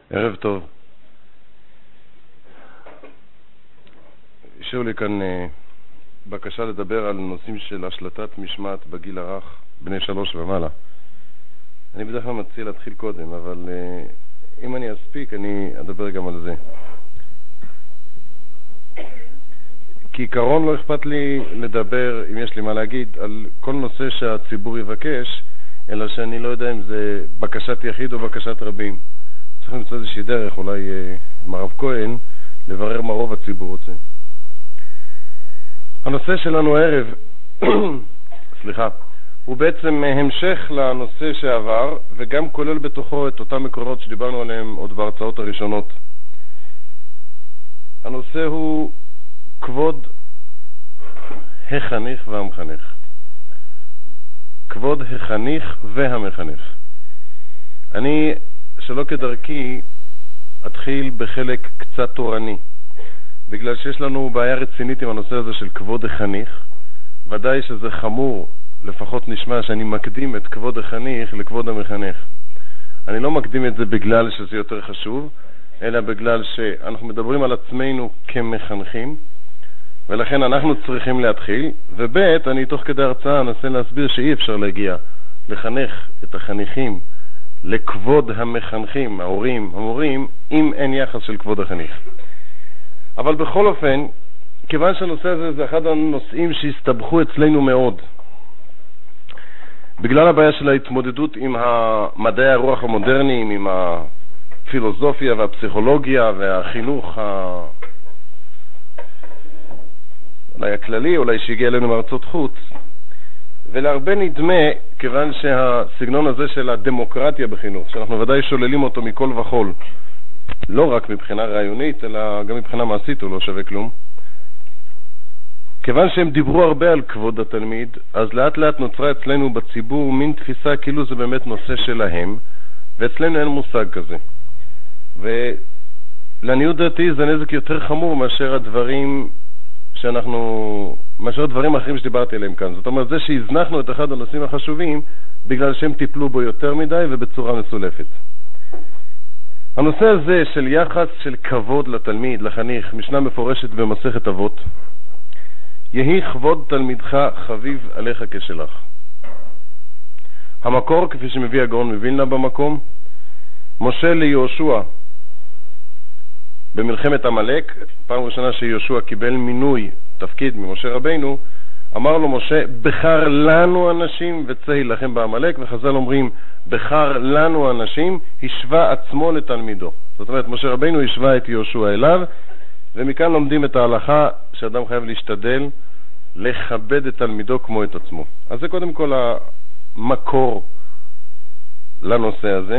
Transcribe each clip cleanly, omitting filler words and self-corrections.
ערב טוב. השאירו לי כאן בקשה לדבר על נושאים של השלטת משמעת בגיל הרך, בני 3 ומעלה. אני בדרך כלל מציע להתחיל קודם, אבל אם אני אספיק אני אדבר גם על זה. כעיקרון לא אכפת לי לדבר, אם יש לי מה להגיד, על כל נושא שהציבור יבקש, אלא שאני לא יודע אם זה בקשת יחיד או בקשת רבים. צריך למצוא איזושהי דרך, אולי מרב כהן, לברר מה רוב הציבור רוצה. הנושא שלנו הערב, סליחה, הוא בעצם המשך לנושא שעבר, וגם כולל בתוכו את אותם מקורות שדיברנו עליהם עוד בהרצאות הראשונות. הנושא הוא כבוד החניך והמחנך. כבוד החניך והמחנך. אני, שלא כדרכי, אתחיל בחלק קצת תורני, בגלל שיש לנו בעיה רצינית עם הנושא הזה של כבוד החניך. ודאי שזה חמור, לפחות נשמע שאני מקדים את כבוד החניך לכבוד המחנך. אני לא מקדים את זה בגלל שזה יותר חשוב, אלא בגלל שאנחנו מדברים על עצמנו כמחנכים, ולכן אנחנו צריכים להתחיל. וב' אני תוך כדי הרצאה אנסה להסביר שאי אפשר להגיע לחנך את החניכים לכבוד המחנכים, ההורים, המורים, אם אין יחס של כבוד החניך. אבל בכל אופן, כיוון שהנושא הזה זה אחד הנושאים שהסתבכו אצלנו מאוד, בגלל הבעיה של ההתמודדות עם מדעי הרוח המודרניים, עם הפילוסופיה והפסיכולוגיה והחינוך אולי הכללי, אולי שהגיע אלינו מארצות חוץ, ולהרבה נדמה, כיוון שהסגנון הזה של הדמוקרטיה בחינוך, שאנחנו ודאי שוללים אותו מכל וכל, לא רק מבחינה רעיונית, אלא גם מבחינה מעשית הוא לא שווה כלום. כיוון שהם דיברו הרבה על כבוד התלמיד, אז לאט לאט נוצרה אצלנו בציבור מין תפיסה כאילו זה באמת נושא שלהם, ואצלנו אין מושג כזה. ולעניות דעתי זה נזק יותר חמור מאשר דברים אחרים שדיברתי עליהם כאן. זאת אומרת, זה שהזנחנו את אחד הנושאים החשובים בגלל שהם טיפלו בו יותר מדי ובצורה מסולפת. הנושא הזה של יחס של כבוד לתלמיד, לחניך, משנה מפורשת במסכת אבות. יהי כבוד תלמידך חביב עליך כשלך. המקור, כפי שמביא הגאון מווילנה במקום, משה ליהושע במלחמת עמלק, פעם ראשונה שיהושע קיבל מינוי, תפקיד ממשה רבינו, אמר לו משה, בחר לנו אנשים וצא לכם בעמלק, וחז"ל אומרים, בחר לנו אנשים, השווה עצמו לתלמידו. זאת אומרת, משה רבינו השווה את יהושע אליו, ומכאן לומדים את ההלכה שאדם חייב להשתדל לכבד את תלמידו כמו את עצמו. אז זה קודם כל המקור לנושא הזה.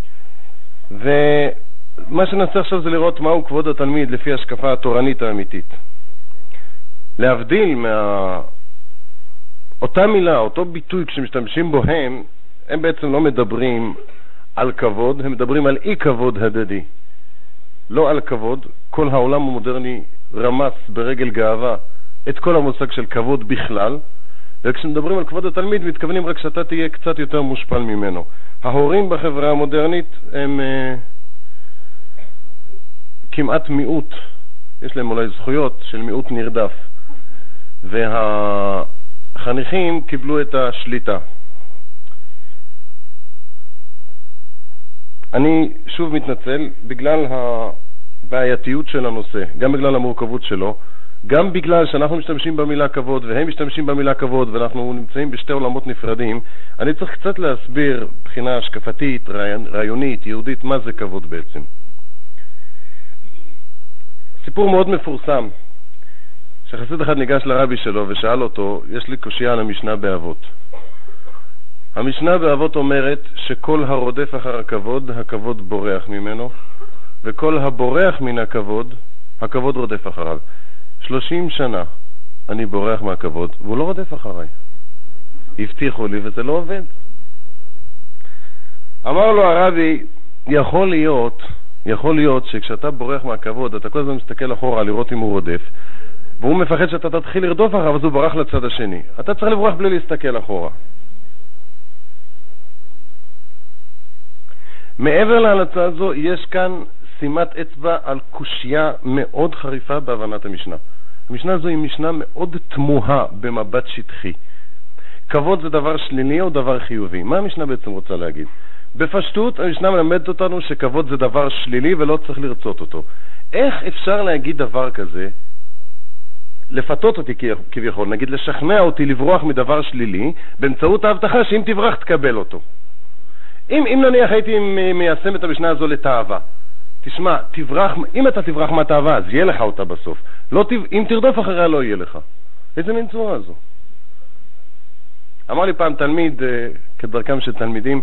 ומה שנעשה עכשיו זה לראות מהו כבוד התלמיד לפי השקפה התורנית האמיתית. להבדיל אותה מילה, אותו ביטוי כשמשתמשים בו הם בעצם לא מדברים על כבוד, הם מדברים על אי כבוד הדדי. לא על כבוד. כל העולם המודרני רמס ברגל גאווה את כל המושג של כבוד בכלל, וכשמדברים על כבוד התלמיד מתכוונים רק שאתה תהיה קצת יותר מושפל ממנו. ההורים בחברה המודרנית הם כמעט מיעוט, יש להם אולי זכויות של מיעוט נרדף, והחניכים קיבלו את השליטה. אני שוב מתנצל בגלל הבעייתיות של הנושא, גם בגלל המורכבות שלו, גם בגלל שאנחנו משתמשים במילה כבוד והם משתמשים במילה כבוד ואנחנו נמצאים בשתי עולמות נפרדים. אני צריך קצת להסביר בחינה השקפתית, רעיונית, יהודית, מה זה כבוד בעצם. סיפור מאוד מפורסם, שחסיד אחד ניגש לרבי שלו ושאל אותו, יש לי קושיה על המשנה באבות. המשנה באבות אומרת שכל הרודף אחר הכבוד, הכבוד בורח ממנו, וכל הבורח מן הכבוד, הכבוד רודף אחריו. 30 שנה אני בורח מהכבוד, והוא לא רודף אחריי. הבטיחו לי וזה לא עובד. אמר לו הרבי, יכול להיות שכשאתה בורח מהכבוד, אתה כל הזמן מסתכל אחורה לראות אם הוא רודף, והוא מפחד שאתה תתחיל לרדוף אחריו, אז הוא ברח לצד השני. אתה צריך לברוח בלי להסתכל אחורה. מעבר להלצה הזו, יש כאן שימת אצבע על קושיה מאוד חריפה בהבנת המשנה. המשנה הזו היא משנה מאוד תמוהה במבט שטחי. כבוד זה דבר שלילי או דבר חיובי? מה המשנה בעצם רוצה להגיד? בפשטות, המשנה מלמדת אותנו שכבוד זה דבר שלילי ולא צריך לרצות אותו. איך אפשר להגיד דבר כזה? לפתות אותי כביכול, נגיד לשכנע אותי לברוח מדבר שלילי, באמצעות ההבטחה שאם תברח תקבל אותו. אם נניח הייתי מיישם את המשנה הזו לתאווה, תשמע, אם אתה תברח מהתאווה, אז יהיה לך אותה בסוף. אם תרדוף אחריה לא יהיה לך. איזה מין צורה זו? אמר לי פעם תלמיד, כדרכם של תלמידים,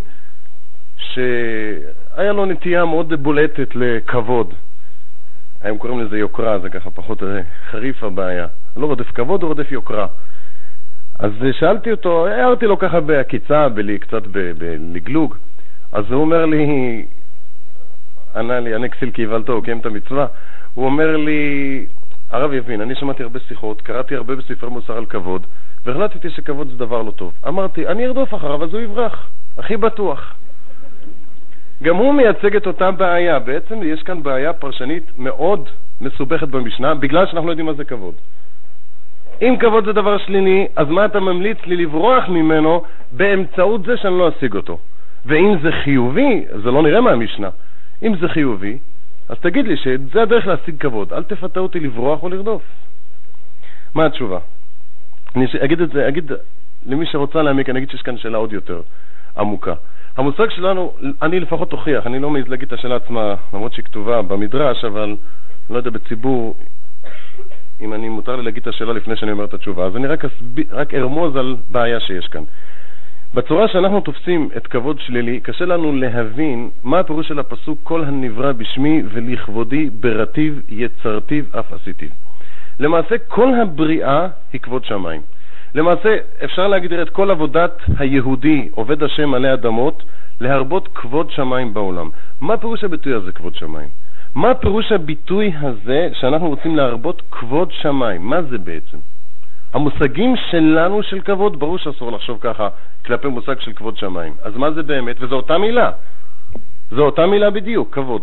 שהיה לו נטייה מאוד בולטת לכבוד. הם קוראים לזה יוקרה, זה ככה פחות חריף הבעיה. לא רודף כבוד, הוא רודף יוקרה. אז שאלתי אותו, הערתי לו ככה בהקיצה, קצת בלגלוג. אז הוא אומר לי, ענה לי, הנקסיל כי הבלתו, הוא קיים את המצווה. הוא אומר לי, הרב יבין, אני שמעתי הרבה שיחות, קראתי הרבה בספר מוסר על כבוד, והחלטתי שכבוד זה דבר לא טוב. אמרתי, אני ארדוף אחריו, אז הוא יברח. הכי בטוח. גם הוא מייצג את אותה בעיה. בעצם יש כאן בעיה פרשנית מאוד מסובכת במשנה, בגלל שאנחנו לא יודעים מה זה כבוד. אם כבוד זה דבר שלילי, אז מה אתה ממליץ לי לברוח ממנו באמצעות זה שאני לא אשיג אותו? ואם זה חיובי, זה לא נראה מהמשנה. אם זה חיובי, אז תגיד לי שזה הדרך להשיג כבוד. אל תפתה אותי לברוח או לרדוף. מה התשובה? אני אגיד למי שרוצה להעמיק, אני אגיד שיש כאן שאלה עוד יותר עמוקה. המושג שלנו, אני לפחות הוכיח, אני לא מעז להגיד את השאלה עצמה, למרות שהיא כתובה במדרש, אבל לא יודע בציבור, אם אני מותר לי להגיד את השאלה לפני שאני אומר את התשובה, אז אני רק ארמוז על בעיה שיש כאן. בצורה שאנחנו תופסים את כבוד שלילי, קשה לנו להבין מה הפירוש של הפסוק, כל הנברא בשמי ולכבודי ברטיב יצרתיו אף עשיתיו. למעשה כל הבריאה היא כבוד שמיים. למעשה אפשר להגדיר את כל עבודת היהודי, עובד השם עלי אדמות, להרבות כבוד שמיים בעולם. מה פירוש הביטוי הזה כבוד שמיים? מה פירוש הביטוי הזה שאנחנו רוצים להרבות כבוד שמיים? מה זה בעצם? המושגים שלנו של כבוד, ברור שאסור לחשוב ככה כלפי מושג של כבוד שמיים. אז מה זה באמת? וזו אותה מילה. זו אותה מילה בדיוק, כבוד.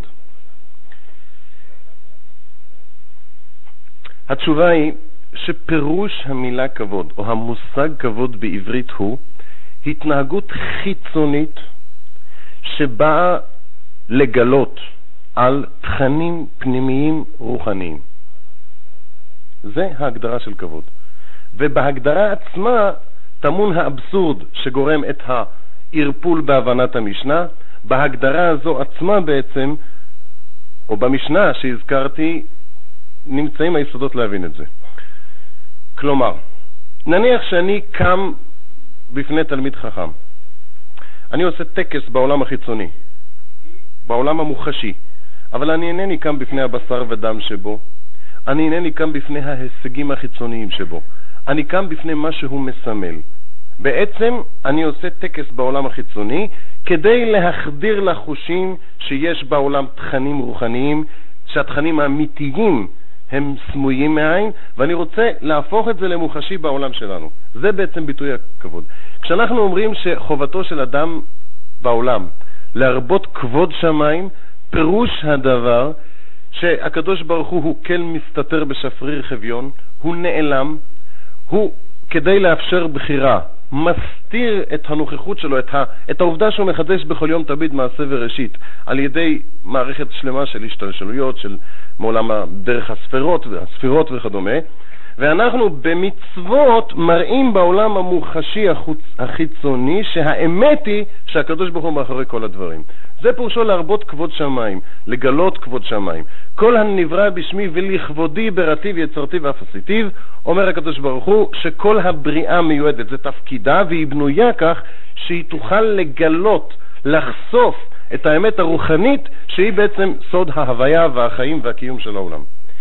התשובה היא שפירוש המילה כבוד, או המושג כבוד בעברית הוא התנהגות חיצונית שבאה לגלות על תכנים פנימיים רוחניים. זה ההגדרה של כבוד. ובהגדרה עצמה טמון האבסורד שגורם את הערפול בהבנת המשנה. בהגדרה הזו עצמה בעצם, או במשנה שהזכרתי, נמצאים היסודות להבין את זה. כלומר, נניח שאני קם בפני תלמיד חכם. אני עושה טקס בעולם החיצוני, בעולם המוחשי, אבל אני אינני קם בפני הבשר ודם שבו, אני אינני קם בפני ההישגים החיצוניים שבו, אני קם בפני מה שהוא מסמל. בעצם אני עושה טקס בעולם החיצוני כדי להחדיר לחושים שיש בעולם תכנים רוחניים, שהתכנים האמיתיים הם סמויים מעין, ואני רוצה להפוך את זה למוחשי בעולם שלנו. זה בעצם ביטוי הכבוד. כשאנחנו אומרים שחובתו של אדם בעולם להרבות כבוד שמיים, פירוש הדבר שהקדוש ברוך הוא כל מסתתר בשפריר חביון, הוא נעלם, הוא כדי לאפשר בחירה מסתיר את הנוכחות שלו, את העובדה שהוא מחדש בכל יום תמיד מעשה וראשית, על ידי מערכת שלמה של השתלשלויות, של מעולם דרך הספירות וכדומה, ואנחנו במצוות מראים בעולם המוחשי החיצוני שהאמת היא שהקדוש ברוך הוא מאחורי כל הדברים. זה פירושו להרבות כבוד שמיים, לגלות כבוד שמיים. כל הנברא בשמי ולכבודי ברטיב יצרתיו ואף עשיתיו, אומר הקדוש ברוך הוא שכל הבריאה מיועדת, זה תפקידה, והיא בנויה כך שהיא תוכל לגלות, לחשוף את האמת הרוחנית שהיא בעצם סוד ההוויה והחיים והקיום של העולם.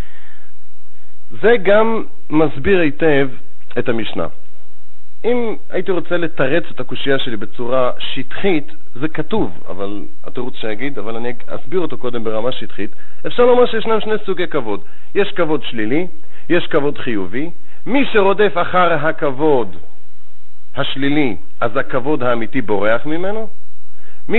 זה גם מסביר היטב את המשנה. אם הייתי רוצה לתרץ את הקושייה שלי בצורה שטחית, זה כתוב, אבל התירוץ שיגיד, אבל אני אסביר אותו קודם ברמה שטחית. אפשר לומר שישנם שני סוגי כבוד. יש כבוד שלילי, יש כבוד חיובי. מי שרודף אחר הכבוד השלילי, אז הכבוד האמיתי בורח ממנו. מי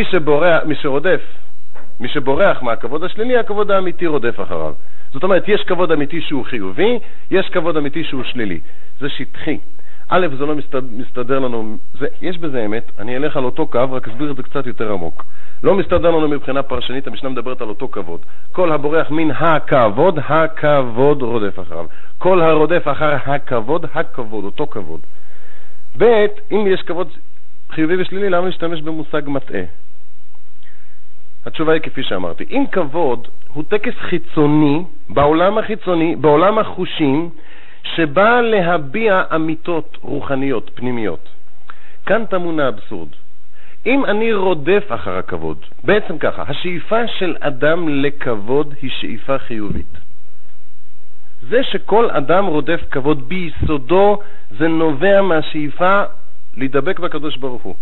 שבורח מהכבוד השלילי, הכבוד האמיתי רודף אחריו. זאת אומרת, יש כבוד אמיתי שהוא חיובי, יש כבוד אמיתי שהוא שלילי. זה שטחי. א', זה לא מסתדר לנו, יש בזה אמת, אני אלך על אותו קו, רק אסביר את זה קצת יותר עמוק. לא מסתדר לנו מבחינה פרשנית, המשנה מדברת על אותו כבוד. כל הבורח מן הכבוד, הכבוד רודף אחריו. כל הרודף אחר הכבוד, אותו כבוד. ב', אם יש כבוד חיובי ושלילי, למה להשתמש במושג מטעה? התשובה היא כפי שאמרתי. אם כבוד הוא טקס חיצוני, בעולם החיצוני, בעולם החושים, שבא להביע אמיתות רוחניות, פנימיות. כאן טמון האבסורד. אם אני רודף אחר הכבוד, בעצם ככה, השאיפה של אדם לכבוד היא שאיפה חיובית. זה שכל אדם רודף כבוד ביסודו, זה נובע מהשאיפה להידבק בקדוש ברוך הוא.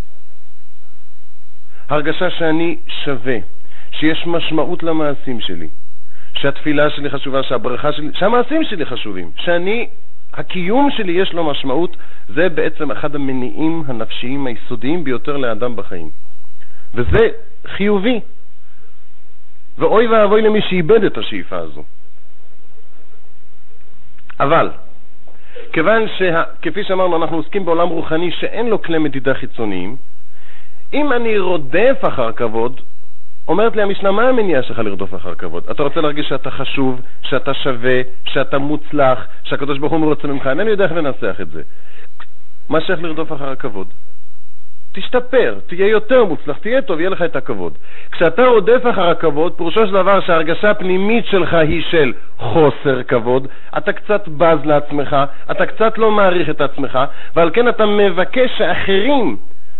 הרגשה שאני שווה, שיש משמעות למעשים שלי, שהתפילה שלי חשובה, שהברכה שלי, שהמעשים שלי חשובים, הקיום שלי יש לו משמעות, זה בעצם אחד המניעים הנפשיים היסודיים ביותר לאדם בחיים. וזה חיובי. ואוי ואבוי למי שאיבד את השאיפה הזו. אבל, כיוון שכפי שאמרנו, אנחנו עוסקים בעולם רוחני שאין לו כלי מדידה חיצוניים, אם אני רודף אחר כבוד, אומרת לי המשנה, מה המניע שלך לרדוף אחר כבוד? אתה רוצה להרגיש שאתה חשוב, שאתה שווה, שאתה מוצלח, שהקדוש ברוך הוא רוצה ממך. אני יודע איך לנסח את זה. מה שייך לרדוף אחר הכבוד? תשתפר, תהיה יותר מוצלח, תהיה טוב, יהיה לך את הכבוד. כשאתה רודף אחר הכבוד, פירושו של דבר שההרגשה הפנימית שלך היא של חוסר כבוד, אתה קצת בז לעצמך, אתה קצת לא מעריך את עצמך, ועל כן אתה מבקש שאחרים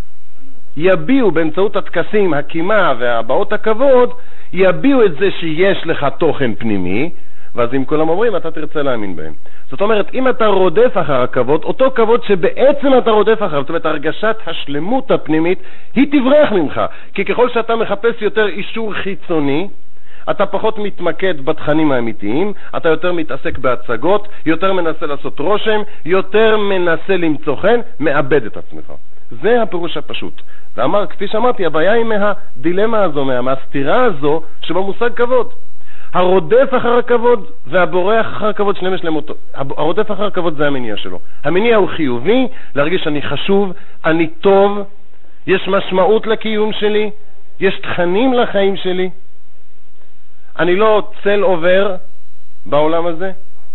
יביעו באמצעות הטקסים, הקימה והבעות הכבוד, יביעו את זה שיש לך תוכן פנימי, ואז אם כולם אומרים, אתה תרצה להאמין בהם. זאת אומרת, אם אתה רודף אחר הכבוד, אותו כבוד שבעצם אתה רודף אחר, זאת אומרת, הרגשת השלמות הפנימית, היא תברח ממך. כי ככל שאתה מחפש יותר אישור חיצוני, אתה פחות מתמקד בתכנים האמיתיים, אתה יותר מתעסק בהצגות, יותר מנסה לעשות רושם, יותר מנסה למצוא חן, מאבד את עצמך. זה הפירוש הפשוט. ואמר, כפי שאמרתי, הבעיה היא מהדילמה הזו, מהסתירה הזו שבמושג כבוד. הרודף אחר הכבוד והבורח אחר הכבוד, שניהם יש להם אותו. הרודף אחר הכבוד זה המניע שלו. המניע הוא חיובי, להרגיש שאני חשוב, אני טוב, יש משמעות לקיום שלי, יש תכנים לחיים שלי. אני לא צל עובר בעולם הזה.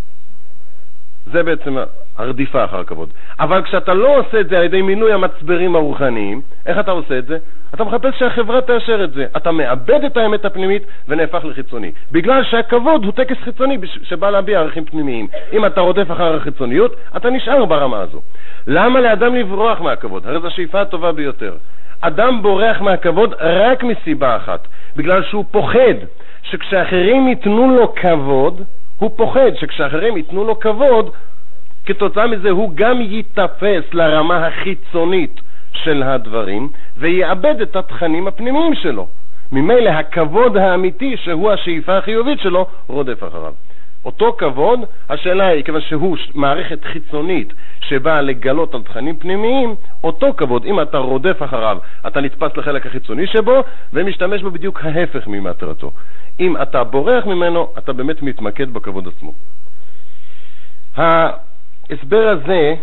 זה בעצם הרדיפה אחר הכבוד. אבל כשאתה לא עושה את זה על ידי מינוי המצברים הרוחניים, איך אתה עושה את זה? אתה מחפש שהחברה תאשר את זה. אתה מאבד את האמת הפנימית ונהפך לחיצוני. בגלל שהכבוד הוא טקס חיצוני שבא להביע ערכים פנימיים. אם אתה רודף אחר החיצוניות, אתה נשאר ברמה הזו. למה לאדם לברוח מהכבוד? הרי זו השאיפה הטובה ביותר. אדם בורח מהכבוד רק מסיבה אחת. בגלל שהוא פוחד שכשאחרים ייתנו לו כבוד, הוא פוחד שכשאחרים ייתנו לו כבוד, כתוצאה מזה הוא גם יתאפס לרמה החיצונית של הדברים, ויאבד את התכנים הפנימיים שלו. ממילא הכבוד האמיתי, שהוא השאיפה החיובית שלו, רודף אחריו. אותו כבוד, השאלה היא, כיוון שהוא מערכת חיצונית שבאה לגלות על תכנים פנימיים, אותו כבוד, אם אתה רודף אחריו, אתה נתפס לחלק החיצוני שבו, ומשתמש בו בדיוק ההפך ממטרתו. אם אתה בורח ממנו, אתה באמת מתמקד בכבוד עצמו. ההסבר הזה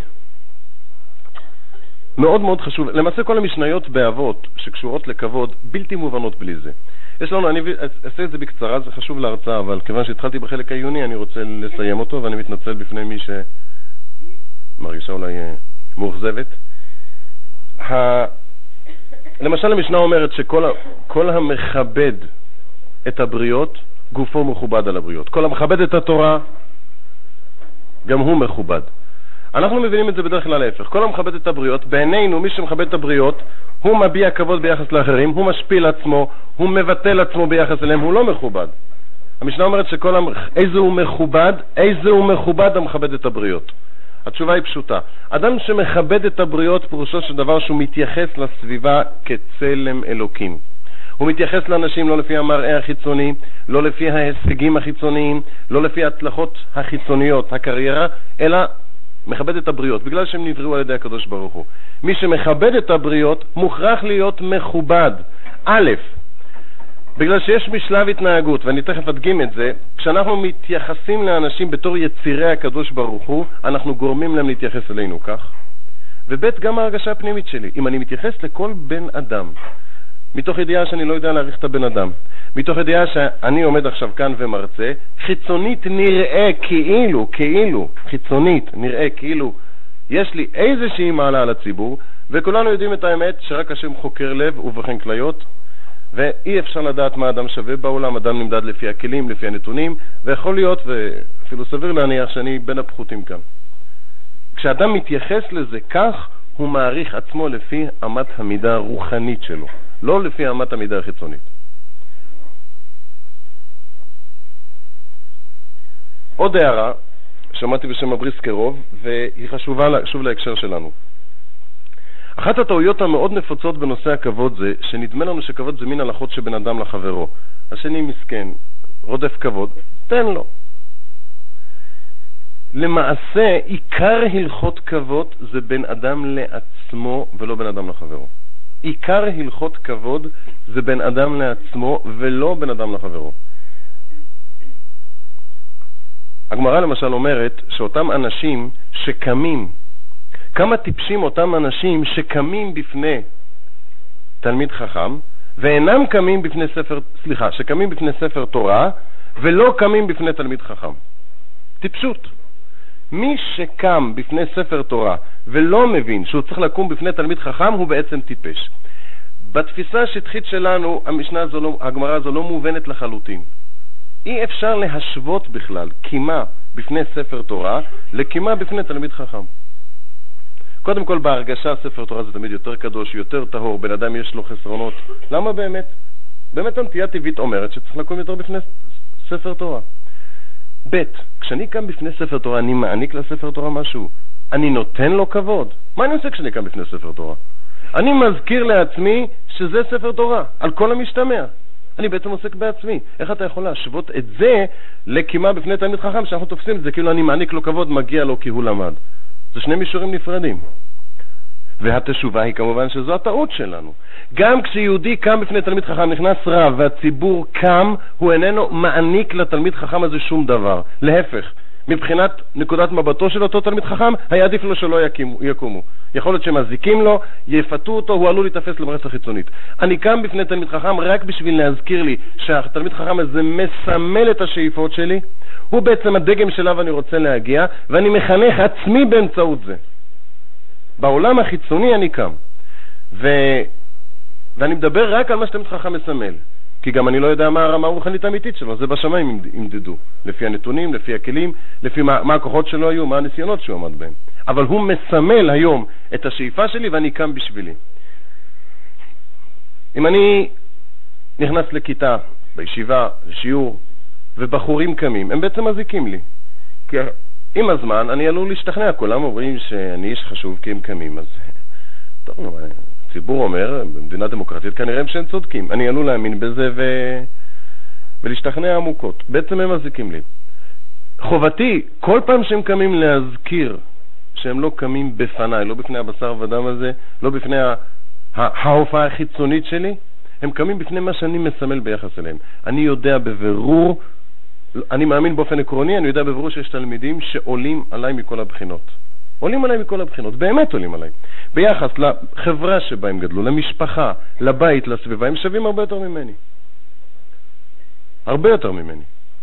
מאוד מאוד חשוב. למעשה כל המשניות באבות שקשורות לכבוד בלתי מובנות בלי זה. יש לנו, אני אעשה את זה בקצרה, זה חשוב להרצאה, אבל כיוון שהתחלתי בחלק העיוני, אני רוצה לסיים אותו, ואני מתנצל בפני מי שמרגישה אולי מאוכזבת. למשל המשנה אומרת שכל המכבד את הבריות, גופו מכובד על הבריות. כל המכבד את התורה, גם הוא מכובד. אנחנו מבינים את זה בדרך כלל להפך. כל המכבד את הבריות, בעינינו מי שמכבד את הבריות, הוא מביע כבוד ביחס לאחרים, הוא משפיל עצמו, הוא מבטל עצמו ביחס אליהם, הוא לא מכובד. המשנה אומרת איזה הוא מכובד המכבד את הבריות. התשובה היא פשוטה. אדם שמכבד את הבריות פירושו של דבר שהוא מתייחס לסביבה כצלם אלוקים. הוא מתייחס לאנשים לא לפי המראה החיצוני, לא לפי ההישגים החיצוניים, לא לפי ההצלחות החיצוניות, הקריירה, אלא מכבד את הבריות, בגלל שהם נבראו על ידי הקדוש ברוך הוא. מי שמכבד את הבריות מוכרח להיות מכובד. א', בגלל שיש משלב התנהגות, ואני תכף אדגים את זה, כשאנחנו מתייחסים לאנשים בתור יצירי הקדוש ברוך הוא, אנחנו גורמים להם להתייחס אלינו כך. וב', גם ההרגשה הפנימית שלי. אם אני מתייחס לכל בן אדם, מתוך ידיעה שאני לא יודע להעריך את הבן אדם, מתוך ידיעה שאני עומד עכשיו כאן ומרצה, חיצונית נראה חיצונית נראה כאילו יש לי איזושהי מעלה על הציבור, וכולנו יודעים את האמת שרק השם חוקר לב ובוחן כליות, ואי אפשר לדעת מה אדם שווה בעולם. אדם נמדד לפי הכלים, לפי הנתונים, ויכול להיות, ואפילו סביר להניח שאני בין הפחותים כאן. כשאדם מתייחס לזה כך, הוא מעריך עצמו לפי אמת המידה הרוחנית שלו, לא לפי אמת המידה החיצונית. עוד הערה, שמעתי בשם הבריסקרוב, והיא חשובה שוב להקשר שלנו. אחת הטעויות המאוד נפוצות בנושא הכבוד זה, שנדמה לנו שכבוד זה מין הלכות שבין אדם לחברו. השני מסכן, רודף כבוד, תן לו. למעשה, עיקר הלכות כבוד זה בין אדם לעצמו ולא בין אדם לחברו. עיקר הלכות כבוד זה בין אדם לעצמו ולא בין אדם לחברו. הגמרא למשל אומרת שאותם אנשים שקמים, כמה טיפשים אותם אנשים שקמים בפני תלמיד חכם ואינם קמים בפני שקמים בפני ספר תורה ולא קמים בפני תלמיד חכם. טיפשות. מי שקם בפני ספר תורה ולא מבין שהוא צריך לקום בפני תלמיד חכם הוא בעצם טיפש. בתפיסה השטחית שלנו הגמרא הזו לא מובנת לחלוטין. אי אפשר להשוות בכלל קימה בפני ספר תורה לקימה בפני תלמיד חכם. קודם כל בהרגשה ספר תורה זה תמיד יותר קדוש, יותר טהור, בן אדם יש לו חסרונות. למה באמת? באמת הנטייה טבעית אומרת שצריך לקום יותר בפני ספר תורה. ב', כשאני קם בפני ספר תורה אני מעניק לספר תורה משהו, אני נותן לו כבוד. מה אני עושה כשאני קם בפני ספר תורה? אני מזכיר לעצמי שזה ספר תורה, על כל המשתמע. אני בעצם עוסק בעצמי. איך אתה יכול להשוות את זה לקימה בפני תלמיד חכם שאנחנו תופסים את זה כאילו אני מעניק לו כבוד, מגיע לו כי הוא למד? זה שני מישורים נפרדים. והתשובה היא כמובן שזו הטעות שלנו. גם כשיהודי קם בפני תלמיד חכם, נכנס רב והציבור קם, הוא איננו מעניק לתלמיד חכם הזה שום דבר. להפך, מבחינת נקודת מבטו של אותו תלמיד חכם, היה עדיף לו שלא יקומו. יכול להיות שמזיקים לו, יפתו אותו, הוא עלול להתאפס למרץ החיצונית. אני קם בפני תלמיד חכם רק בשביל להזכיר לי שהתלמיד חכם הזה מסמל את השאיפות שלי, הוא בעצם הדגם שלו אני רוצה להגיע, ואני מחנך עצמי באמצעות זה. בעולם החיצוני אני קם. ואני מדבר רק על מה שתלמיד חכם מסמל. כי גם אני לא יודע מה הרמה הרוחנית האמיתית שלו, זה בשמיים ימדדו. לפי הנתונים, לפי הכלים, לפי מה הכוחות שלו היו, מה הניסיונות שהוא עמד בהם. אבל הוא מסמל היום את השאיפה שלי ואני קם בשבילי. אם אני נכנס לכיתה, בישיבה, לשיעור, ובחורים קמים, הם בעצם מזיקים לי. כי עם הזמן אני עלול להשתכנע, כולם אומרים שאני איש חשוב כי הם קמים, אז טוב, הציבור אומר, במדינה דמוקרטית כנראה שהם צודקים. אני עלול להאמין בזה ולהשתכנע עמוקות. בעצם הם מזיקים לי. חובתי, כל פעם שהם קמים להזכיר שהם לא קמים בפניי, לא בפני הבשר ודם הזה, לא בפני ההופעה החיצונית שלי, הם קמים בפני מה שאני מסמל ביחס אליהם. אני יודע בבירור, אני מאמין באופן עקרוני, אני יודע בבירור שיש תלמידים שעולים עליי מכל הבחינות. עולים עליי מכל הבחינות, באמת עולים עליי. ביחס לחברה שבה הם גדלו, למשפחה, לבית, לסביבה, הם שווים הרבה יותר ממני. הרבה יותר ממני.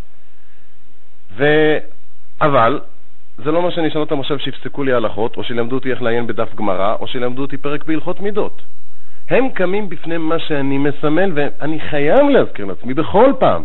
אבל זה לא מה שאני אשאל אותם עכשיו שיפסקו לי הלכות, או שילמדו אותי איך לעיין בדף גמרא, או שילמדו אותי פרק בהלכות מידות. הם קמים בפני מה שאני מסמל, ואני חייב להזכיר לעצמי בכל פעם,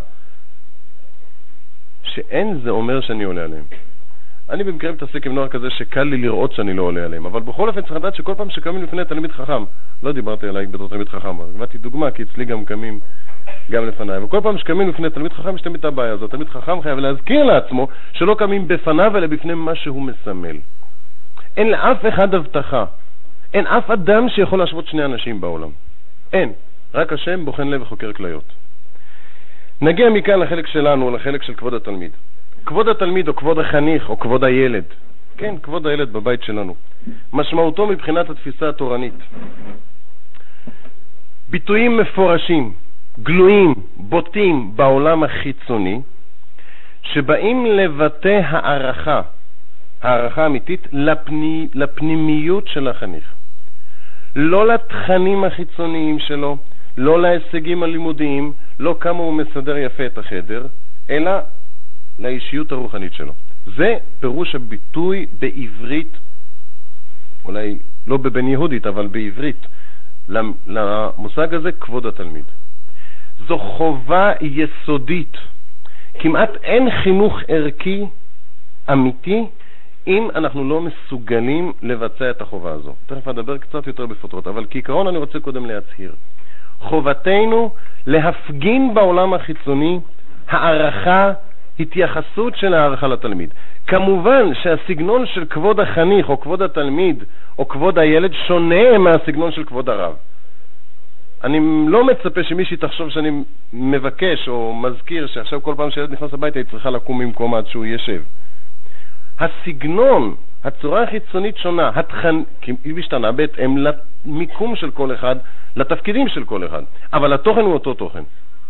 שאין זה אומר שאני עולה עליהם. אני במקרה מתעסק עם נוער כזה שקל לי לראות שאני לא עולה עליהם, אבל בכל אופן צריך לדעת שכל פעם שקמים לפני תלמיד חכם, לא דיברתי עליי בתור תלמיד חכם, הבאתי דוגמה כי אצלי גם קמים גם לפניי, וכל פעם שקמים לפני תלמיד חכם יש תמיד את הבעיה הזאת. תלמיד חכם חייב להזכיר לעצמו שלא קמים בפניו אלא בפני מה שהוא מסמל. אין לאף אחד הבטחה, אין אף אדם שיכול להשוות שני אנשים בעולם, אין, רק השם בוחן לב וחוקר כליות. נגיע מכאן לחלק שלנו, לחלק של כבוד התלמיד. כבוד התלמיד או כבוד החניך או כבוד הילד, כן, כבוד הילד בבית שלנו, משמעותו מבחינת התפיסה התורנית. ביטויים מפורשים, גלויים, בוטים בעולם החיצוני, שבאים לבטא הערכה אמיתית לפנימיות של החניך. לא לתכנים החיצוניים שלו, לא להישגים הלימודיים, לא כמה הוא מסדר יפה את החדר, אלא לאישיות הרוחנית שלו. זה פירוש הביטוי בעברית, אולי לא בבן יהודית, אבל בעברית, למושג הזה כבוד התלמיד. זו חובה יסודית. כמעט אין חינוך ערכי אמיתי אם אנחנו לא מסוגלים לבצע את החובה הזו. תכף אדבר קצת יותר בפרוטרוט, אבל כעיקרון אני רוצה קודם להצהיר. חובתנו להפגין בעולם החיצוני הערכה, התייחסות של הערכה לתלמיד. כמובן שהסגנון של כבוד החניך או כבוד התלמיד או כבוד הילד שונה מהסגנון של כבוד הרב. אני לא מצפה שמישהי תחשוב שאני מבקש או מזכיר שעכשיו כל פעם שילד נכנס הביתה היא צריכה לקום ממקום עד שהוא ישב. הסגנון, הצורה החיצונית שונה, היא משתנה בהתאם למיקום של כל אחד, לתפקידים של כל אחד, אבל התוכן הוא אותו תוכן.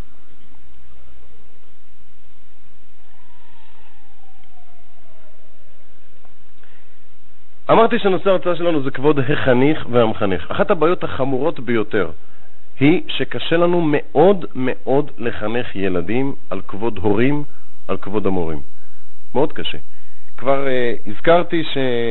אמרתי שנושא ההרצאה שלנו זה כבוד החניך והמחנך. אחת הבעיות החמורות ביותר היא שקשה לנו מאוד מאוד לחנך ילדים על כבוד הורים, על כבוד המורים. מאוד קשה. כבר הזכרתי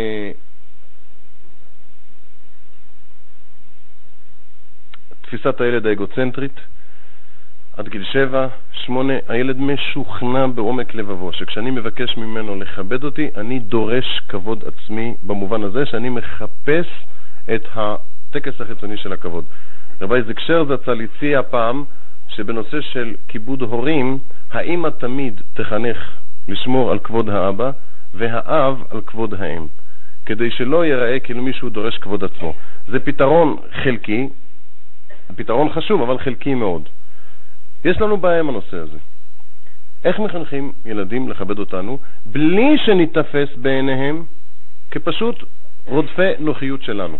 תפיסת הילד האגוצנטרית, עד גיל 7-8, הילד משוכנע בעומק לבבו, שכשאני מבקש ממנו לכבד אותי, אני דורש כבוד עצמי, במובן הזה שאני מחפש את הטקס החיצוני של הכבוד. רבי זקשר זצ"ל הציע פעם, שבנושא של כיבוד הורים, האמא תמיד תחנך לשמור על כבוד האבא, והאב על כבוד האם, כדי שלא ייראה כאילו מישהו דורש כבוד עצמו. זה פתרון חלקי, פתרון חשוב, אבל חלקי מאוד. יש לנו בעיה עם הנושא הזה. איך מחנכים ילדים לכבד אותנו, בלי שניתפס בעיניהם כפשוט רודפי נוחיות שלנו?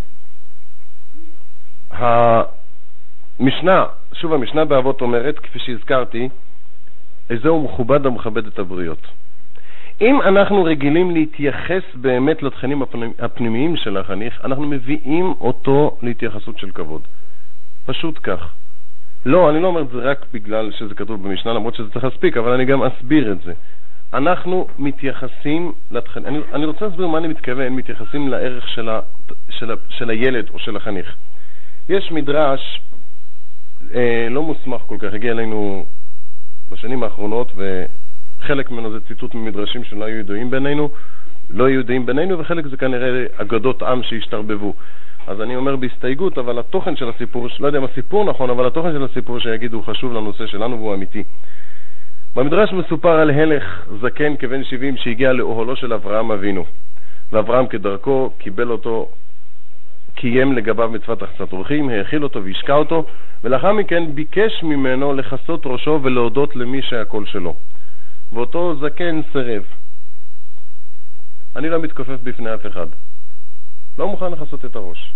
המשנה, שוב המשנה באבות אומרת, כפי שהזכרתי, איזהו מכובד המכבד את הבריות. אם אנחנו רגילים להתייחס באמת לתכנים הפנימיים של החניך, אנחנו מביאים אותו להתייחסות של כבוד. פשוט כך. לא, אני לא אומר את זה רק בגלל שזה כתוב במשנה, למרות שזה צריך להספיק, אבל אני גם אסביר את זה. אנחנו מתייחסים לתכנים, אני רוצה להסביר מה אני מתכוון, מתייחסים לערך של הילד או של החניך. יש מדרש לא מוסמך כל כך, הגיע אלינו בשנים האחרונות, וחלק ממנו זה ציטוט ממדרשים שלא היו ידועים בינינו, וחלק זה כנראה אגדות עם שהשתרבבו. אז אני אומר בהסתייגות, אבל התוכן של הסיפור, לא יודע אם הסיפור נכון, אבל התוכן של הסיפור שיגיד הוא חשוב לנושא שלנו והוא אמיתי. במדרש מסופר על הלך זקן כבן 70 שהגיע לאוהלו של אברהם אבינו, ואברהם כדרכו קיבל אותו, קיים לגביו מצוות החצת אורחים, האכיל אותו והשקע אותו, ולאחר מכן ביקש ממנו לחסות ראשו ולהודות למי שהכל שלו. ואותו זקן סירב. אני לא מתכופף בפני אף אחד, לא מוכן לחסות את הראש.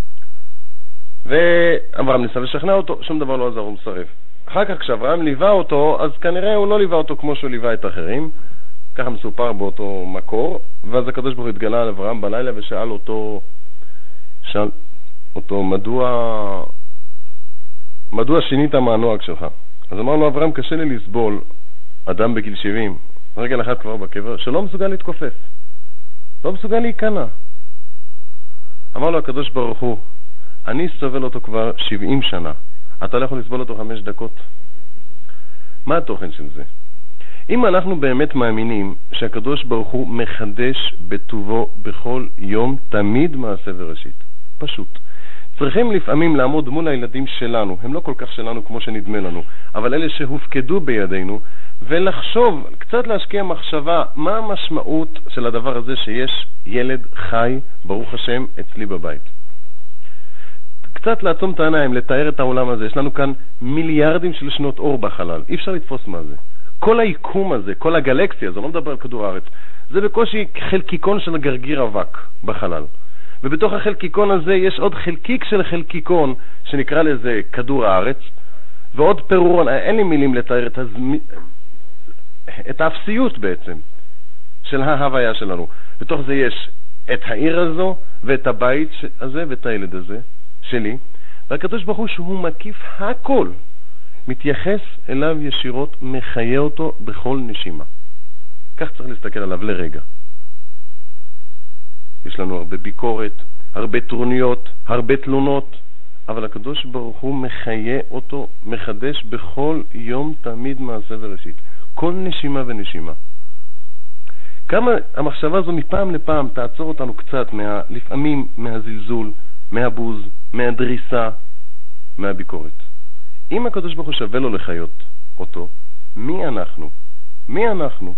ואברהם ניסה לשכנע אותו, שום דבר לא עזר, הוא מסרב. אחר כך כשאברהם ליווה אותו, אז כנראה הוא לא ליווה אותו כמו שהוא ליווה את האחרים, ככה מסופר באותו מקור, ואז הקדוש ברוך הוא התגלה על אברהם בלילה ושאל אותו מדוע שינית מהנוהג שלך? אז אמר לו אברהם, קשה לי לסבול אדם בגיל 70, רגל אחת כבר בקבר, שלא מסוגל להתכופף, לא מסוגל להיכנע. אמר לו הקדוש ברוך הוא, אני סובל אותו כבר 70 שנה, אתה לא יכול לסבול אותו 5 דקות? מה התוכן של זה? אם אנחנו באמת מאמינים שהקדוש ברוך הוא מחדש בטובו בכל יום, תמיד מעשה וראשית, פשוט. צריכים לפעמים לעמוד מול הילדים שלנו, הם לא כל כך שלנו כמו שנדמה לנו, אבל אלה שהופקדו בידינו, ולחשוב, קצת להשקיע מחשבה, מה המשמעות של הדבר הזה שיש ילד חי, ברוך השם, אצלי בבית. קצת לעצום את העיניים, לתאר את העולם הזה. יש לנו כאן מיליארדים של שנות אור בחלל, אי אפשר לתפוס מה זה. כל היקום הזה, כל הגלקסיה, זה לא מדבר על כדור הארץ, זה בקושי חלקיקון של גרגיר אבק בחלל. ובתוך החלקיקון הזה יש עוד חלקיק של חלקיקון, שנקרא לזה כדור הארץ, ועוד פירורון, אין לי מילים לתאר את האפסיות בעצם, של ההוויה שלנו. בתוך זה יש את העיר הזו, ואת הבית הזה, ואת הילד הזה, שלי, והקדוש ברוך הוא שהוא מקיף הכל, מתייחס אליו ישירות, מחיה אותו בכל נשימה. כך צריך להסתכל עליו לרגע. יש לנו הרבה ביקורת, הרבה טרוניות, הרבה תלונות, אבל הקדוש ברוך הוא מחיה אותו, מחדש בכל יום תמיד מעשה וראשית. כל נשימה ונשימה. כמה המחשבה הזו מפעם לפעם תעצור אותנו קצת, לפעמים מהזלזול, מהבוז, מהדריסה, מהביקורת. אם הקדוש ברוך הוא שווה לו לחיות אותו, מי אנחנו? מי אנחנו?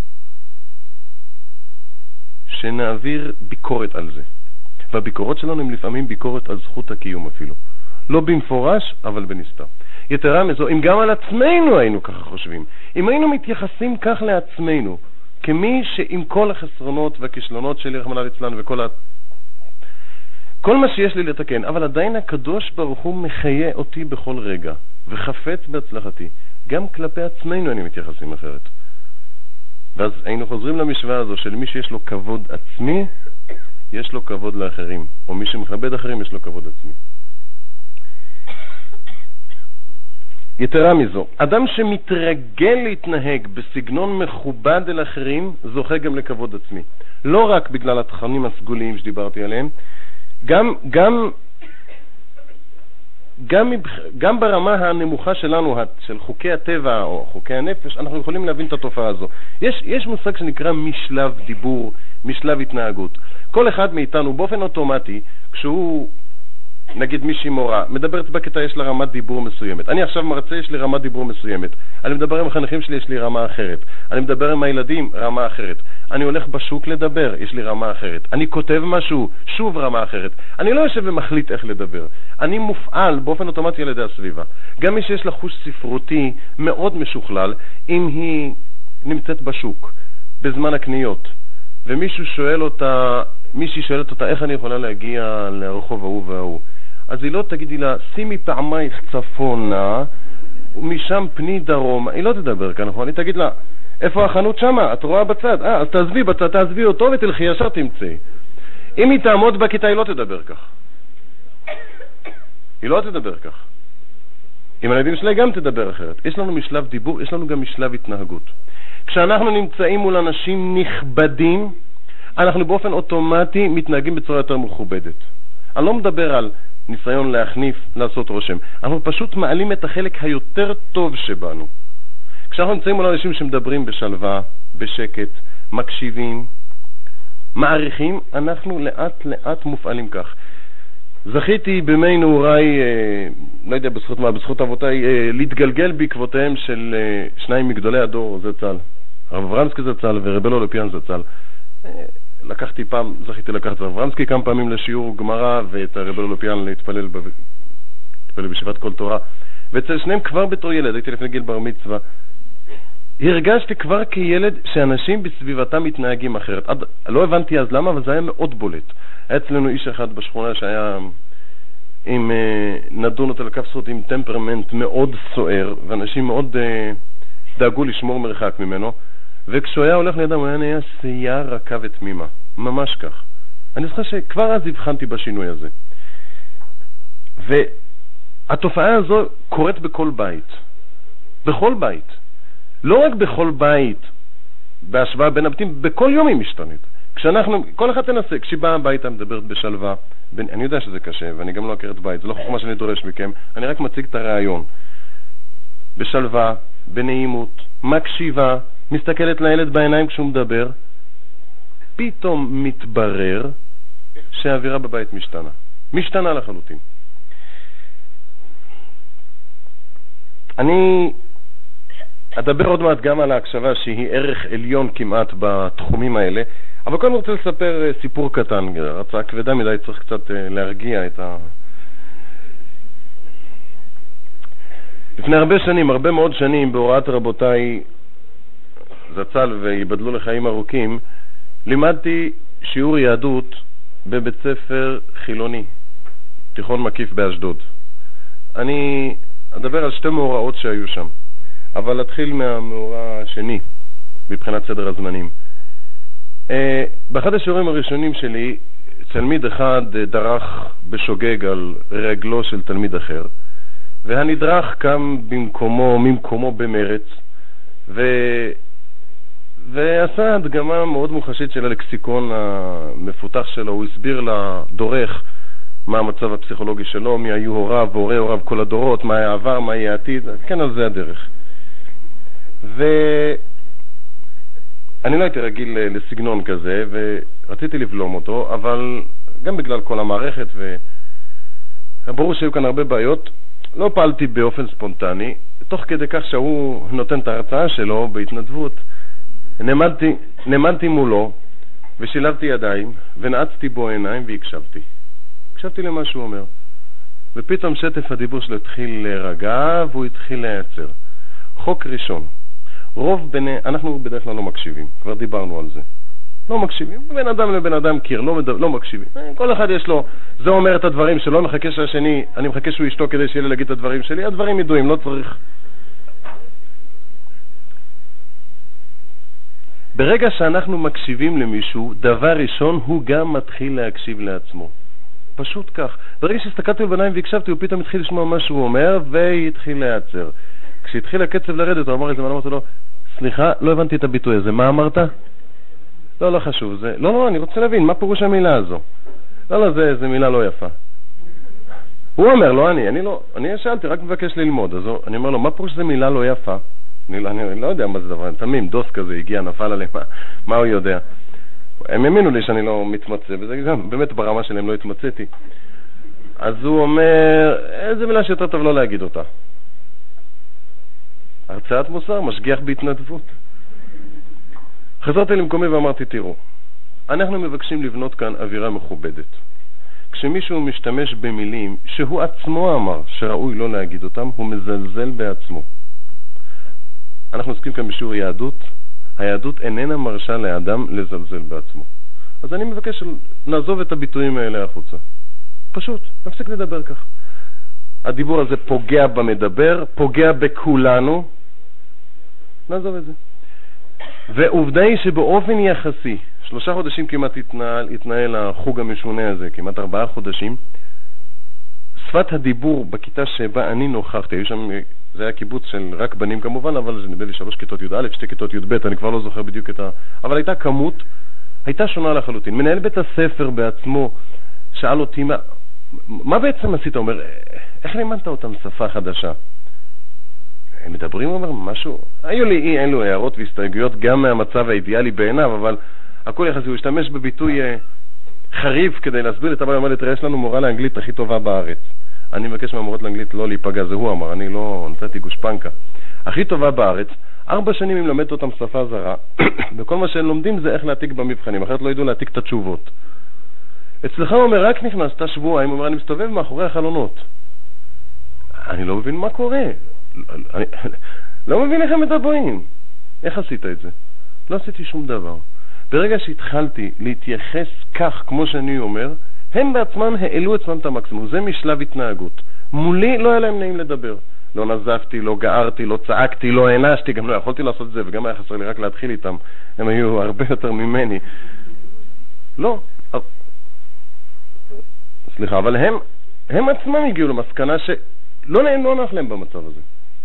שנעביר ביקורת על זה. והביקורות שלנו הם לפעמים ביקורת על זכות הקיום אפילו. לא במפורש, אבל בנסתר. יתרה מזו, אם גם על עצמנו היינו ככה חושבים, אם היינו מתייחסים כך לעצמנו, כמי שעם כל החסרונות והכישלונות שלי, רחמנא ליצלן, כל מה שיש לי לתקן, אבל עדיין הקדוש ברוך הוא מחיה אותי בכל רגע, וחפץ בהצלחתי. גם כלפי עצמנו אני מתייחסים אחרת. ואז היינו חוזרים למשוואה הזו של מי שיש לו כבוד עצמי, יש לו כבוד לאחרים, או מי שמכבד אחרים יש לו כבוד עצמי. יתרה מזו, אדם שמתרגל להתנהג בסגנון מכובד אל אחרים, זוכה גם לכבוד עצמי. לא רק בגלל התכנים הסגוליים שדיברתי עליהם, גם ברמה הנמוכה שלנו, של חוקי הטבע או חוקי הנפש, אנחנו יכולים להבין את התופעה הזו. יש מושג שנקרא משלב דיבור, משלב התנהגות. כל אחד מאיתנו באופן אוטומטי, כשהוא, נגיד מישהי מורה, מדברת בכיתה, יש לה רמת דיבור מסוימת. אני עכשיו מרצה, יש לי רמת דיבור מסוימת. אני מדבר עם החניכים שלי, יש לי רמה אחרת. אני מדבר עם הילדים, רמה אחרת. אני הולך בשוק לדבר, יש לי רמה אחרת. אני כותב משהו, שוב רמה אחרת. אני לא יושב ומחליט איך לדבר. אני מופעל באופן אוטומטי על ידי הסביבה. גם מי שיש לה חוש ספרותי מאוד משוכלל, אם היא נמצאת בשוק, בזמן הקניות, ומישהי שואלת אותה איך אני יכולה להגיע לרחוב ההוא וההוא, אז היא לא תגידי לה, שימי פעמייך צפונה, ומשם פני דרום. היא לא תדבר כאן, נכון? היא תגיד לה, איפה החנות שמה? את רואה בצד? אז תעזבי בצד, תעזבי אותו ותלכי ישר תמצאי. אם היא תעמוד בכיתה, היא לא תדבר כך. היא לא תדבר כך. עם הילדים שלה גם תדבר אחרת. יש לנו משלב דיבור, יש לנו גם משלב התנהגות. כשאנחנו נמצאים מול אנשים נכבדים, אנחנו באופן אוטומטי מתנהגים בצורה יותר מכובדת. אני לא מדבר על ניסיון להחניף, לעשות רושם. אנחנו פשוט מעלים את החלק היותר טוב שבנו. כשאנחנו נמצאים מול אנשים שמדברים בשלווה, בשקט, מקשיבים, מעריכים, אנחנו לאט לאט מופעלים כך. זכיתי במי נעוריי, לא יודע בזכות מה, בזכות אבותיי, להתגלגל בעקבותיהם של שניים מגדולי הדור זצ"ל. הרב אברמסקי זצ"ל ורבנו לופיאן זצ"ל. זכיתי לקחת את הרב אברמסקי כמה פעמים לשיעור גמרא, ואת הרבנו לופיאן להתפלל בישיבת כל תורה. ואצל שניהם כבר בתור ילד, הייתי לפני גיל בר מצווה, הרגשתי כבר כילד שאנשים בסביבתם מתנהגים אחרת. לא הבנתי אז למה, אבל זה היה מאוד בולט. היה אצלנו איש אחד בשכונה שהיה נדון אותו לכף זכות עם טמפרמנט מאוד סוער, ואנשים מאוד דאגו לשמור מרחק ממנו, וכשהוא היה הולך לידם הוא היה שייה רכה ותמימה, ממש כך. אני זוכר שכבר אז הבחנתי בשינוי הזה. והתופעה הזו קורית בכל בית. בכל בית. לא רק בכל בית, בהשוואה בין הבתים, בכל יום היא משתנית. כל אחד תנסה, כשהיא באה הביתה מדברת בשלווה, אני יודע שזה קשה, ואני גם לא אכרת בית, זה לא חוכמה שאני דורש מכם, אני רק מציג את הרעיון. בשלווה, בנעימות, מקשיבה, מסתכלת לילד בעיניים כשהוא מדבר, פתאום מתברר שהאווירה בבית משתנה לחלוטין. אני אדבר עוד מעט גם על ההקשבה שהיא ערך עליון כמעט בתחומים האלה, אבל קודם רוצה לספר סיפור קטן, הרצאה כבדה מדי, צריך קצת להרגיע את לפני הרבה מאוד שנים, בהוראת רבותיי זצ"ל ויבדלו לחיים ארוכים, לימדתי שיעור יהדות בבית ספר חילוני, תיכון מקיף באשדוד. אני אדבר על שתי מאורעות שהיו שם, אבל אתחיל מהמאורע השני, מבחינת סדר הזמנים. באחד השיעורים הראשונים שלי, תלמיד אחד דרך בשוגג על רגלו של תלמיד אחר, והנדרך קם ממקומו במרץ, ועשה הדגמה מאוד מוחשית של הלקסיקון המפותח שלו. הוא הסביר לדורך מה המצב הפסיכולוגי שלו, מי היו הוריו והורי הוריו כל הדורות, מה היה העבר, מה יהיה העתיד, כן, על זה הדרך. ואני לא הייתי רגיל לסגנון כזה, ורציתי לבלום אותו, אבל גם בגלל כל המערכת, וברור שהיו כאן הרבה בעיות, לא פעלתי באופן ספונטני. תוך כדי כך שהוא נותן את ההרצאה שלו בהתנדבות, נעמדתי מולו ושילבתי ידיים ונעצתי בו עיניים והקשבתי. הקשבתי למה שהוא אומר. ופתאום שטף הדיבור שלו התחיל להירגע והוא התחיל להיעצר. חוק ראשון. אנחנו בדרך כלל לא מקשיבים, כבר דיברנו על זה. לא מקשיבים, בין אדם לבין אדם קיר, לא מקשיבים. כל אחד יש לו, זה אומר את הדברים שלו, מחכה שהשני, אני מחכה שהוא ישתוק כדי שיהיה לי להגיד את הדברים שלי, הדברים ידועים, לא צריך. ברגע שאנחנו מקשיבים למישהו, דבר ראשון הוא גם מתחיל להקשיב לעצמו. פשוט כך. ברגע שהסתכלתי בבניים והקשבתי, הוא פתאום התחיל לשמוע מה שהוא אומר, והתחיל להיעצר. כשהתחיל הקצב לרדת, הוא אמר את זה, ואני אמרתי לו, סליחה, לא הבנתי את הביטוי הזה, מה אמרת? לא חשוב, זה, לא, אני רוצה להבין, מה פירוש המילה הזו? לא, זה מילה לא יפה. הוא אומר, לא, אני שאלתי, רק מבקש ללמוד, אז אני אומר לו, מה פירוש זה מילה לא יפה? אני לא יודע מה זה דבר, תמים, דוס כזה הגיע, נפל עליהם, מה הוא יודע? הם האמינו לי שאני לא מתמצא, וזה גם באמת ברמה שלהם לא התמצאתי. אז הוא אומר, איזה מילה שיותר טוב לא להגיד אותה. הרצאת מוסר, משגיח בהתנדבות. חזרתי למקומי ואמרתי, תראו, אנחנו מבקשים לבנות כאן אווירה מכובדת. כשמישהו משתמש במילים שהוא עצמו אמר שראוי לא להגיד אותם, הוא מזלזל בעצמו. אנחנו עוסקים כאן בשיעור יהדות. היהדות איננה מרשה לאדם לזלזל בעצמו. אז אני מבקש לעזוב את הביטויים האלה החוצה. פשוט, נפסיק לדבר כך. הדיבור הזה פוגע במדבר, פוגע בכולנו. נעזוב את זה. ועובדה היא שבאופן יחסי, 3 חודשים כמעט התנהל החוג המשונה הזה, כמעט 4 חודשים, שפת הדיבור בכיתה שבה אני נוכחתי, היו שם, זה היה קיבוץ של רק בנים כמובן, אבל זה נדמה לי 3 כיתות י"א, 2 כיתות י"ב, אני כבר לא זוכר בדיוק אבל הייתה כמות, הייתה שונה לחלוטין. מנהל בית הספר בעצמו שאל אותי, מה בעצם עשית? אומר, איך לימדת אותם שפה חדשה? הם מדברים, אומר, משהו, היו לי אלו הערות והסתייגויות גם מהמצב האידיאלי בעיניו, אבל הכל יחסי, הוא השתמש בביטוי חריף כדי להסביר את הבעיה. אמר לי, תראה, יש לנו מורה לאנגלית הכי טובה בארץ. אני מבקש מהמורות לאנגלית לא להיפגע, זה הוא אמר, אני לא נתתי גושפנקה. הכי טובה בארץ, 4 שנים אם למדת אותם שפה זרה, וכל מה שהם לומדים זה איך להעתיק במבחנים, אחרת לא ידעו להעתיק את התשובות. אצלך הוא אומר, רק נכנסת שבועיים, הוא אומר, אני מסתובב מאחורי החלונות. אני לא מבין מה קורה. לא מבין איך הם מדברים. איך עשית את זה? לא עשיתי שום דבר. ברגע שהתחלתי להתייחס כך כמו שאני אומר, הם בעצמם העלו עצמם את המקסימום. זה משלב התנהגות. מולי לא היה להם נעים לדבר. לא נזפתי, לא גערתי, לא צעקתי, לא הענשתי, גם לא יכולתי לעשות את זה, וגם היה חסר לי רק להתחיל איתם. הם היו הרבה יותר ממני. לא. סליחה, אבל הם עצמם הגיעו למסקנה שלא נוח להם במצב הזה.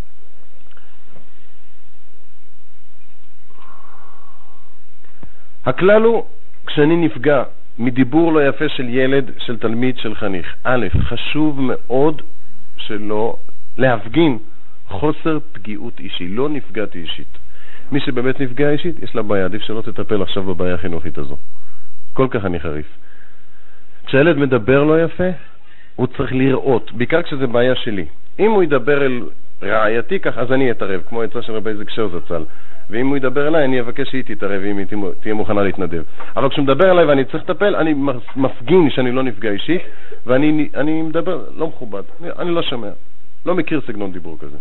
הכלל הוא, כשאני נפגע מדיבור לא יפה של ילד, של תלמיד, של חניך, א', חשוב מאוד שלא להפגין חוסר פגיעות אישי, לא נפגעתי אישית. מי שבאמת נפגע אישית, יש לה בעיה, עדיף שלא תטפל עכשיו בבעיה החינוכית הזו. כל כך אני חריף. כשהילד מדבר לא יפה, הוא צריך לראות, בעיקר כשזה בעיה שלי. אם הוא ידבר אל רעייתי כך, אז אני אתערב, כמו יצא של רבי זקשר זצ"ל. ואם הוא ידבר אליי, אני אבקש שהיא תתערב, אם היא תהיה מוכנה להתנדב. אבל כשהוא מדבר אליי ואני צריך לטפל, אני מפגין שאני לא נפגע אישית, ואני מדבר לא מכובד. אני לא שומע. לא מכיר סגנון דיבור כזה.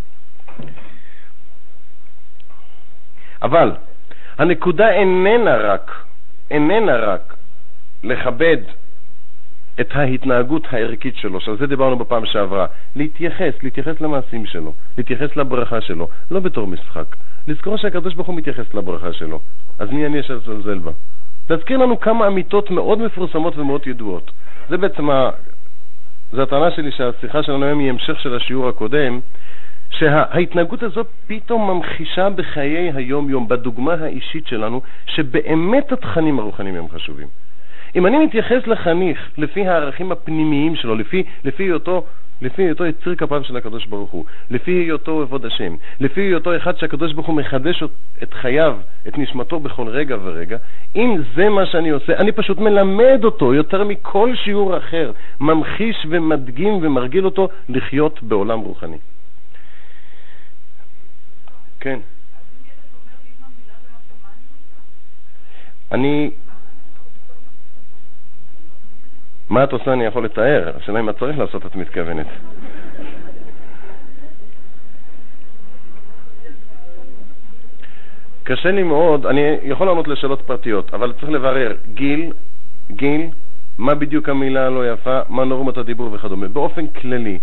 אבל הנקודה איננה רק לכבד את ההתנהגות הערכית שלו, שעל זה דיברנו בפעם שעברה, להתייחס למעשים שלו, להתייחס לברכה שלו, לא בתור משחק. לזכור שהקדוש ברוך הוא מתייחס לברכה שלו. אז מי אני אשזלזל בה? להזכיר לנו כמה אמיתות מאוד מפורסמות ומאוד ידועות. זה בעצם זו הטענה שלי שהשיחה שלנו היום היא המשך של השיעור הקודם, שההתנהגות הזאת פתאום ממחישה בחיי היום-יום, בדוגמה האישית שלנו, שבאמת התכנים הרוחניים הם חשובים. אם אני מתייחס לחניך לפי הערכים הפנימיים שלו, לפי היותו יציר כפיו של הקדוש ברוך הוא, לפי היותו עבוד השם, לפי היותו אחד שהקדוש ברוך הוא מחדש את חייו, את נשמתו בכל רגע ורגע, אם זה מה שאני עושה, אני פשוט מלמד אותו יותר מכל שיעור אחר, ממחיש ומדגים ומרגיל אותו לחיות בעולם רוחני. כן. מה את עושה אני יכול לתאר, השאלה אם מה צריך לעשות את מתכוונת. קשה לי מאוד, אני יכול לענות לשאלות פרטיות, אבל צריך לברר גיל, מה בדיוק המילה הלא יפה, מה נורמת הדיבור וכדומה. באופן כללי,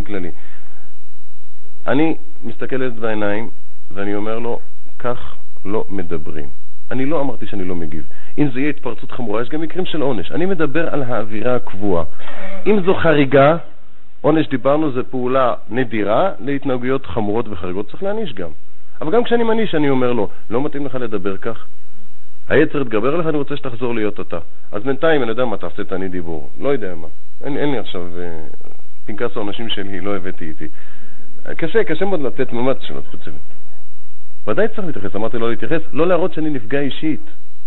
אני מסתכלת בעיניים ואני אומר לו, כך לא מדברים. אני לא אמרתי שאני לא מגיב. אם זה יהיה התפרצות חמורה, יש גם מקרים של עונש. אני מדבר על האווירה הקבועה. אם זו חריגה, עונש דיברנו, זה פעולה נדירה להתנהגויות חמורות וחריגות, צריך להעניש גם. אבל גם כשאני מעניש, אני אומר לו, לא מתאים לך לדבר כך. היצר התגבר לך, אני רוצה שתחזור להיות אתה. אז בינתיים אני יודע מה תעשה תעני דיבור. לא יודע מה. אין לי עכשיו פנקס העונשים שלי, לא הבאתי איתי. קשה מאוד לתת ממש שלא ספציפי. ודאי צריך להתייחס, אמרתי לא להתייחס, לא להראות שאני נפגע אישית.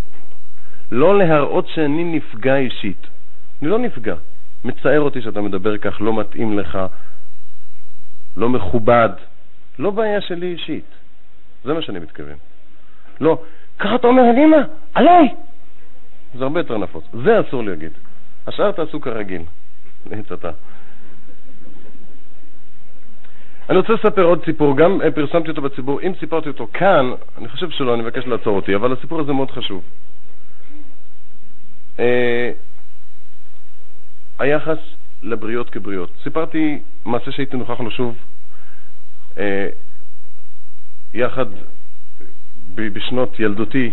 אני לא נפגע. מצער אותי שאתה מדבר כך, לא מתאים לך, לא מכובד. לא בעיה שלי אישית. זה מה שאני מתכוון. לא, ככה אתה אומר על אמא, עליי! זה הרבה יותר נפוץ. זה אסור להגיד. השאר תעשו כרגיל. להצטה. אני רוצה לספר עוד סיפור, גם פרסמתי אותו בציבור. אם סיפרתי אותו כאן, אני חושב שלא, אני מבקש לעצור אותי, אבל הסיפור הזה מאוד חשוב. היחס לבריות כבריות. סיפרתי מעשה שהייתי נוכח לו שוב יחד בשנות ילדותי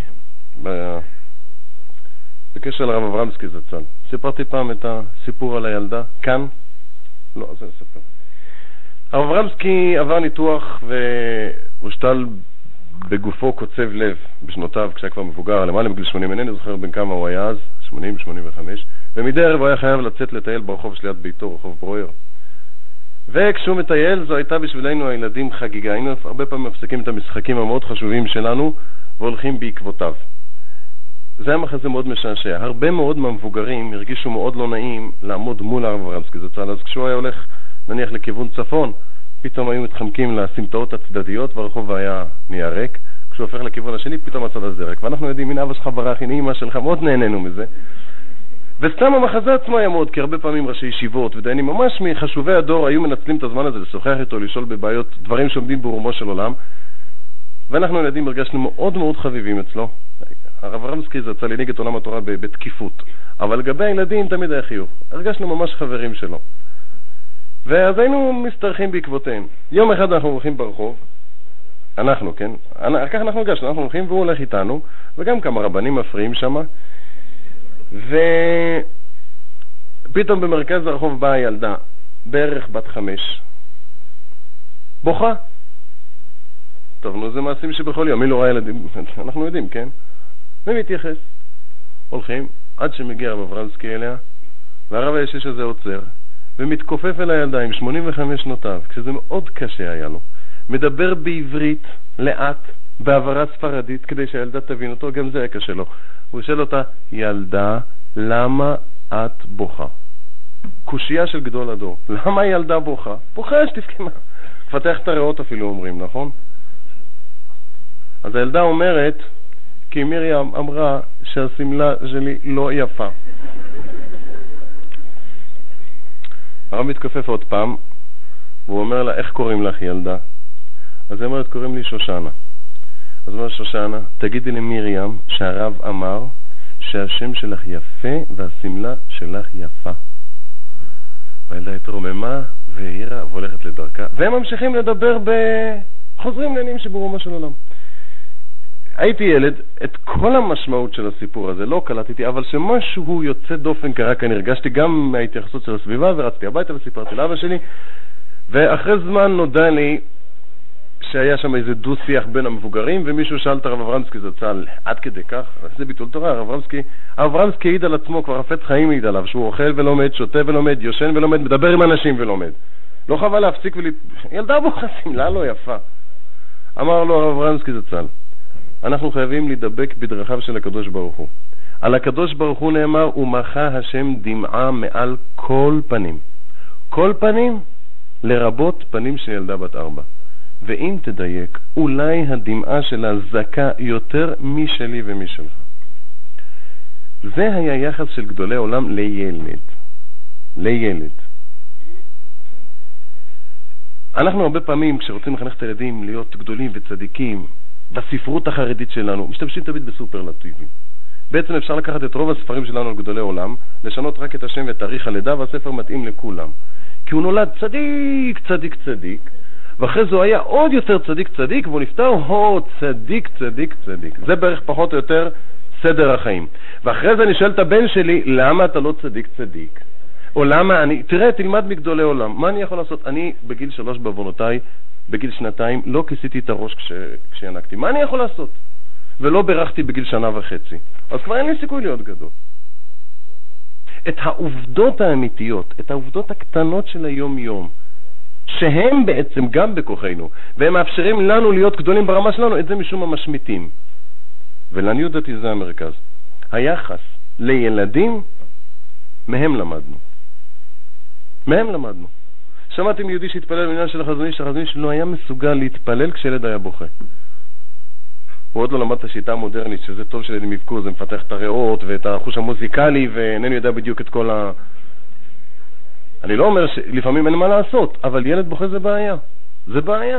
בקשר לרב אברמסקי זצ"ל. סיפרתי פעם את הסיפור על הילדה כאן? לא, אז אני אספר. הרב אברמסקי עבר ניתוח והושתל בגופו קוצב לב בשנותיו, כשהיה כבר מבוגר, למעלה מגיל 80, אינני זוכר בין כמה הוא היה אז, 80, 85, ומדי ערב הוא היה חייב לצאת לטייל ברחוב שליד ביתו, רחוב ברויר. וכשהוא מטייל, זו הייתה בשבילנו הילדים חגיגה. היינו הרבה פעמים מפסיקים את המשחקים המאוד חשובים שלנו והולכים בעקבותיו. זה היה מחזה מאוד משעשע. הרבה מאוד מהמבוגרים הרגישו מאוד לא נעים לעמוד מול הרב אברמסקי זצ"ל, אז כשהוא היה הולך נניח לכיוון צפון, פתאום היו מתחמקים לסמטאות הצדדיות והרחוב היה נהיה ריק. כשהוא הופך לכיוון השני, פתאום הצד הזה ריק. ואנחנו יודעים, הנה אבא שלך ברח, הנה אמא שלך, מאוד נהנינו מזה. וסתם המחזה עצמו היה מאוד, כי הרבה פעמים ראשי ישיבות ודיינים ממש מחשובי הדור היו מנצלים את הזמן הזה לשוחח איתו, לשאול בבעיות, דברים שעומדים ברומו של עולם. ואנחנו ילדים הרגשנו מאוד מאוד חביבים אצלו. הרב אברמסקי זצ"ל הנהיג את עולם התורה בתקיפות. אבל לגבי הילדים תמיד היה חיוך. הרגשנו ממש חברים שלו. ואז היינו מסתרחים בעקבותיהם. יום אחד אנחנו הולכים ברחוב, אנחנו, כן? כך אנחנו הרגשנו, אנחנו הולכים והוא הולך איתנו, וגם כמה רבנים מפריעים שם. ופתאום במרכז הרחוב באה ילדה, בערך בת 5, בוכה. טוב, נו, זה מעשים שבכל יום, מי לא ראה ילדים? אנחנו יודעים, כן? ומתייחס. הולכים, עד שמגיע הרב אברמסקי אליה, והרב הישש הזה עוצר, ומתכופף אל הילדה עם 85 שנותיו, כשזה מאוד קשה היה לו. מדבר בעברית, לאט, בעברה ספרדית, כדי שהילדה תבין אותו, גם זה היה קשה לו. הוא שואל אותה, ילדה, למה את בוכה? קושייה של גדול הדור. למה ילדה בוכה? בוכה, שתפקמה. פתח את הריאות אפילו אומרים, נכון? אז הילדה אומרת, כי מרים אמרה שהסמלה שלי לא יפה. הרב מתכופף עוד פעם, והוא אומר לה, איך קוראים לך ילדה? אז היא אומרת, קוראים לי שושנה. אז הוא אומר, שושנה, תגידי למרים שהרב אמר שהשם שלך יפה והסמלה שלך יפה. והילדה התרוממה והעירה והולכת לדרכה, והם ממשיכים לדבר חוזרים לעניינים שברומו של עולם. הייתי ילד, את כל המשמעות של הסיפור הזה לא קלטתי, אבל שמשהו יוצא דופן קרה, כי אני הרגשתי גם מההתייחסות של הסביבה, ורצתי הביתה וסיפרתי לאבא שלי, ואחרי זמן נודע לי שהיה שם איזה דו-שיח בין המבוגרים, ומישהו שאל את הרב אברמסקי זצ"ל, עד כדי כך, זה ביטול תורה, הרב אברמסקי העיד על עצמו, כבר חפץ חיים העיד עליו, שהוא אוכל ולומד, שותה ולומד, יושן ולומד, מדבר עם אנשים ולומד. לא חבל להפסיק ילדה בוכה, שמלה לא יפה. אמר לו הרב אברמסקי זצ"ל, אנחנו חייבים להידבק בדרכיו של הקדוש ברוך הוא. על הקדוש ברוך הוא נאמר, ומחה השם דמעה מעל כל פנים. כל פנים, לרבות פנים של ילדה בת 4. ואם תדייק, אולי הדמעה שלה זכה יותר משלי ומשלך. זה היה יחס של גדולי עולם לילד. לילד. אנחנו הרבה פעמים, כשרוצים לחנך את הילדים להיות גדולים וצדיקים, בספרות החרדית שלנו, משתמשים תמיד בסופרלטיבים. בעצם אפשר לקחת את רוב הספרים שלנו על גדולי עולם, לשנות רק את השם ואת תאריך הלידה, והספר מתאים לכולם. כי הוא נולד צדיק, צדיק, צדיק, ואחרי זה הוא היה עוד יותר צדיק, צדיק, והוא נפטר, צדיק, צדיק, צדיק. זה בערך פחות או יותר סדר החיים. ואחרי זה אני שואל את הבן שלי, למה אתה לא צדיק, צדיק? או למה תראה, תלמד מגדולי עולם. מה אני יכול לעשות? אני בגיל 3 בעוונותיי, בגיל 2, לא כיסיתי את הראש כשינקתי. מה אני יכול לעשות? ולא ברכתי בגיל 1.5 שנה. אז כבר אין לי סיכוי להיות גדול. את העובדות האמיתיות, את העובדות הקטנות של היום-יום, שהם בעצם גם בכוחנו, והם מאפשרים לנו להיות גדולים ברמה שלנו, את זה משום המשמיטים. ולעניות דעתי זה המרכז. היחס לילדים, מהם למדנו. מהם למדנו. שמעתי מיהודי שהתפלל בעניין של החזון איש, שהחזון איש לא היה מסוגל להתפלל כשילד היה בוכה. הוא עוד לא למד את השיטה המודרנית, שזה טוב שילדים יבכו, זה מפתח את הריאות ואת החוש המוזיקלי, ואיננו יודע בדיוק את כל אני לא אומר שלפעמים אין מה לעשות, אבל ילד בוכה זה בעיה. זה בעיה.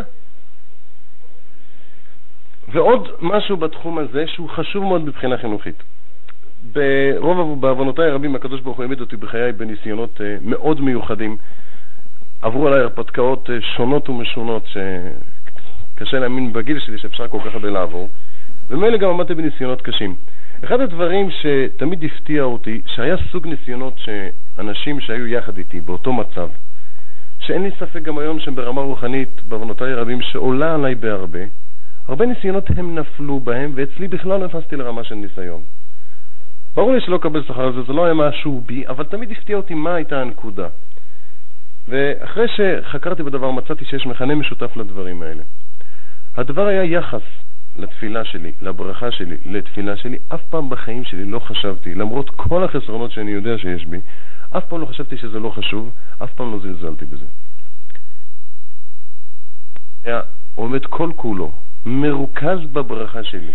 ועוד משהו בתחום הזה שהוא חשוב מאוד מבחינה חינוכית. בעוונותיי הרבים הקדוש ברוך הוא העמיד אותי בחיי בניסיונות מאוד מיוחדים. עברו עליי הרפתקאות שונות ומשונות שקשה להאמין בגיל שלי שאפשר כל כך הרבה לעבור. ומילא גם עמדתי בניסיונות קשים. אחד הדברים שתמיד הפתיע אותי, שהיה סוג ניסיונות שאנשים שהיו יחד איתי באותו מצב, שאין לי ספק גם היום שהם ברמה רוחנית, בעוונותיי הרבים שעולה עליי בהרבה, הרבה ניסיונות הם נפלו בהם, ואצלי בכלל לא נפסתי לרמה של ניסיון. ברור לי שלא קבל שכר על זה, זה לא היה משהו בי, אבל תמיד הפתיע אותי מה הייתה הנקודה. ואחרי שחקרתי בדבר מצאתי שיש מכנה משותף לדברים האלה. הדבר היה יחס לתפילה שלי, לברכה שלי, לתפילה שלי. אף פעם בחיים שלי לא חשבתי, למרות כל החסרונות שאני יודע שיש בי, אף פעם לא חשבתי שזה לא חשוב, אף פעם לא זלזלתי בזה. היה עומד כל כולו, מרוכז בברכה שלי.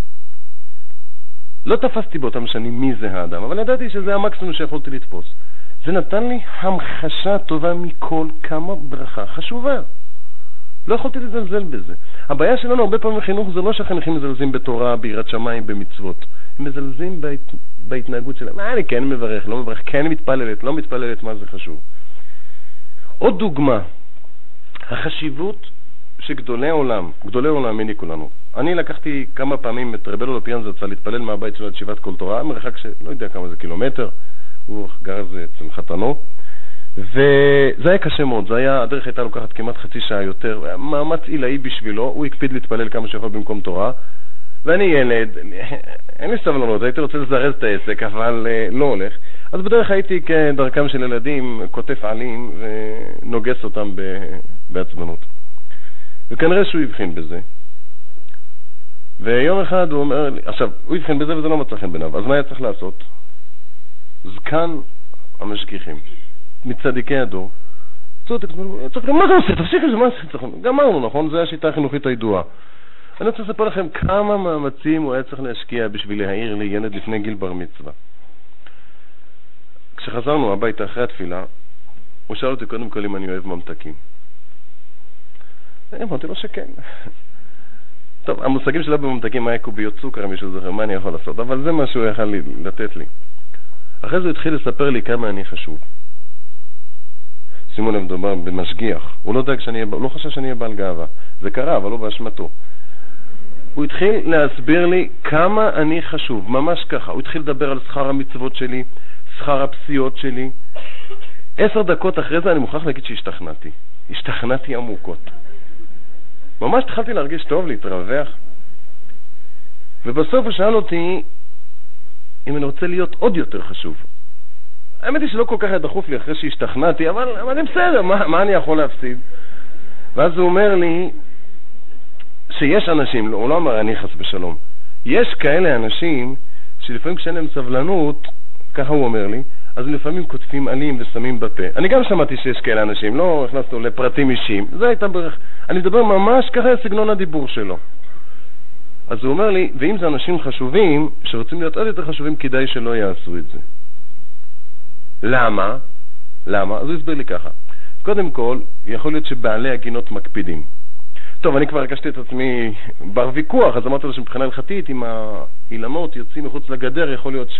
לא תפסתי באותם שנים מי זה האדם, אבל ידעתי שזה המקסימום שיכולתי לתפוס. זה נתן לי המחשה טובה מכל, כמה ברכה חשובה. לא יכולתי לזלזל בזה. הבעיה שלנו הרבה פעמים בחינוך זה לא שהחניכים מזלזים בתורה, ביראת שמיים, במצוות. הם מזלזים בהתנהגות שלהם. מה אני כן מברך, לא מברך, כן מתפללת, לא מתפללת, מה זה חשוב. עוד דוגמה, החשיבות שגדולי עולם העניקו לנו. אני לקחתי כמה פעמים את רבנו לופיאן זצ"ל להתפלל מהבית שלו עד ישיבת כל תורה, מרחק שלא יודע כמה זה קילומטר, הוא גר זה אצל חתנו, וזה היה קשה מאוד, הדרך הייתה לוקחת כמעט חצי שעה יותר, מאמץ עילאי בשבילו, הוא הקפיד להתפלל כמה שיכול במקום תורה, ואני ילד, אין לי סבלנות, הייתי רוצה לזרז את העסק, אבל לא הולך, אז בדרך הייתי כדרכם של ילדים, כותף עלים ונוגס אותם בעצבנות. וכנראה שהוא הבחין בזה. ויום אחד הוא אומר לי, עכשיו, הוא הבחין בזה וזה לא מצא חן בעיניו, אז מה היה צריך לעשות? זקן המשגיחים, מצדיקי הדור, מה זה עושה? תפסיק את זה, מה זה? גמרנו, נכון? זו השיטה החינוכית הידועה. אני רוצה לספר לכם כמה מאמצים הוא היה צריך להשקיע בשביל להעיר לי ילד לפני גיל בר מצווה. כשחזרנו הביתה אחרי התפילה, הוא שאל אותי קודם כל אם אני אוהב ממתקים. אמרתי לו שכן. טוב, המושגים שלו בממתקים היה קוביות סוכר, מישהו זוכר, מה אני יכול לעשות? אבל זה מה שהוא יכל לתת לי. אחרי זה הוא התחיל לספר לי כמה אני חשוב. שימו לב, מדובר במשגיח. הוא לא חשב שאני אהיה בעל גאווה. זה קרה, אבל לא באשמתו. הוא התחיל להסביר לי כמה אני חשוב, ממש ככה. הוא התחיל לדבר על שכר המצוות שלי, שכר הפסיעות שלי. 10 דקות אחרי זה אני מוכרח להגיד שהשתכנעתי. השתכנעתי עמוקות. ממש התחלתי להרגיש טוב, להתרווח. ובסוף הוא שאל אותי אם אני רוצה להיות עוד יותר חשוב. האמת היא שלא כל כך היה דחוף לי אחרי שהשתכנעתי, אבל אני בסדר, מה אני יכול להפסיד? ואז הוא אומר לי שיש אנשים, הוא לא אמר אני חס בשלום, יש כאלה אנשים שלפעמים כשאין להם סבלנות, ככה הוא אומר לי, אז לפעמים כותפים עלים ושמים בפה. אני גם שמעתי שיש כאלה אנשים, לא הכנסנו לפרטים אישיים, זה הייתה בערך, אני מדבר ממש ככה סגנון הדיבור שלו. אז הוא אומר לי, ואם זה אנשים חשובים, שרוצים להיות עוד יותר חשובים, כדאי שלא יעשו את זה. למה? אז הוא הסביר לי ככה. קודם כל, יכול להיות שבעלי הגינות מקפידים. טוב, אני כבר הרגשתי את עצמי בר ויכוח, אז אמרתי לו שמבחינה הלכתית, אם האילנות יוצאים מחוץ לגדר, יכול להיות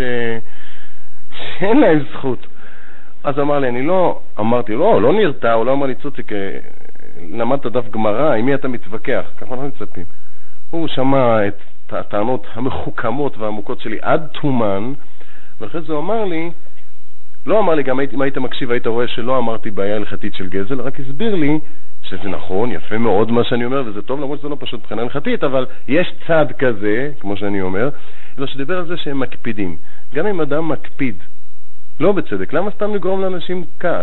שאין להם זכות. אז אמר לי, אמרתי, לא נרתע, הוא לא אמר לי צוציק, למדת דף גמרא, עם מי אתה מתווכח? ככה אנחנו מצפים. הוא שמע את הטענות המחוכמות והעמוקות שלי עד תומן, ואחרי זה הוא אמר לי, לא אמר לי גם אם היית מקשיב היית רואה שלא אמרתי בעיה הלכתית של גזל, רק הסביר לי שזה נכון, יפה מאוד מה שאני אומר, וזה טוב למרות שזה לא פשוט מבחינה הלכתית, אבל יש צד כזה, כמו שאני אומר, אלא שדיבר על זה שהם מקפידים. גם אם אדם מקפיד, לא בצדק, למה סתם לגרום לאנשים כעס?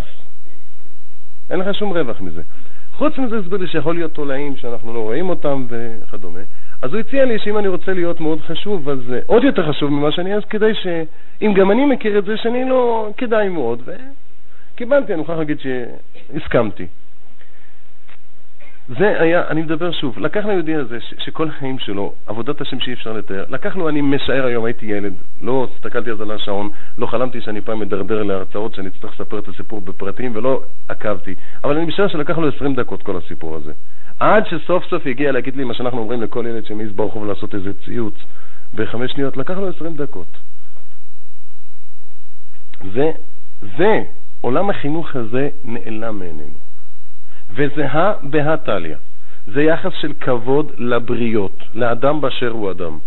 אין לך שום רווח מזה. חוץ מזה הסביר לי שיכול להיות תולעים שאנחנו לא רואים אותם וכדומה. אז הוא הציע לי שאם אני רוצה להיות מאוד חשוב, אז עוד יותר חשוב ממה שאני, אז כדאי שאם גם אני מכיר את זה, שאני לא כדאי מאוד, וקיבלתי, אני מוכרח להגיד שהסכמתי. זה היה, אני מדבר שוב, לקח ליהודי הזה שכל החיים שלו, עבודת השם שאי אפשר לתאר, לקח לו, אני משער היום, הייתי ילד, לא הסתכלתי אז על השעון, לא חלמתי שאני פעם מדרדר להרצאות, שאני צריך לספר את הסיפור בפרטים, ולא עקבתי. אבל אני משער שלקח לו 20 דקות כל הסיפור הזה. עד שסוף סוף הגיע להגיד לי מה שאנחנו אומרים לכל ילד שמעז ברחוב לעשות איזה ציוץ ב5 שניות, לקח לו 20 דקות. זה, עולם החינוך הזה נעלם מעינינו. וזה בהתליה. זה יחס של כבוד לבריות, לאדם באשר הוא אדם.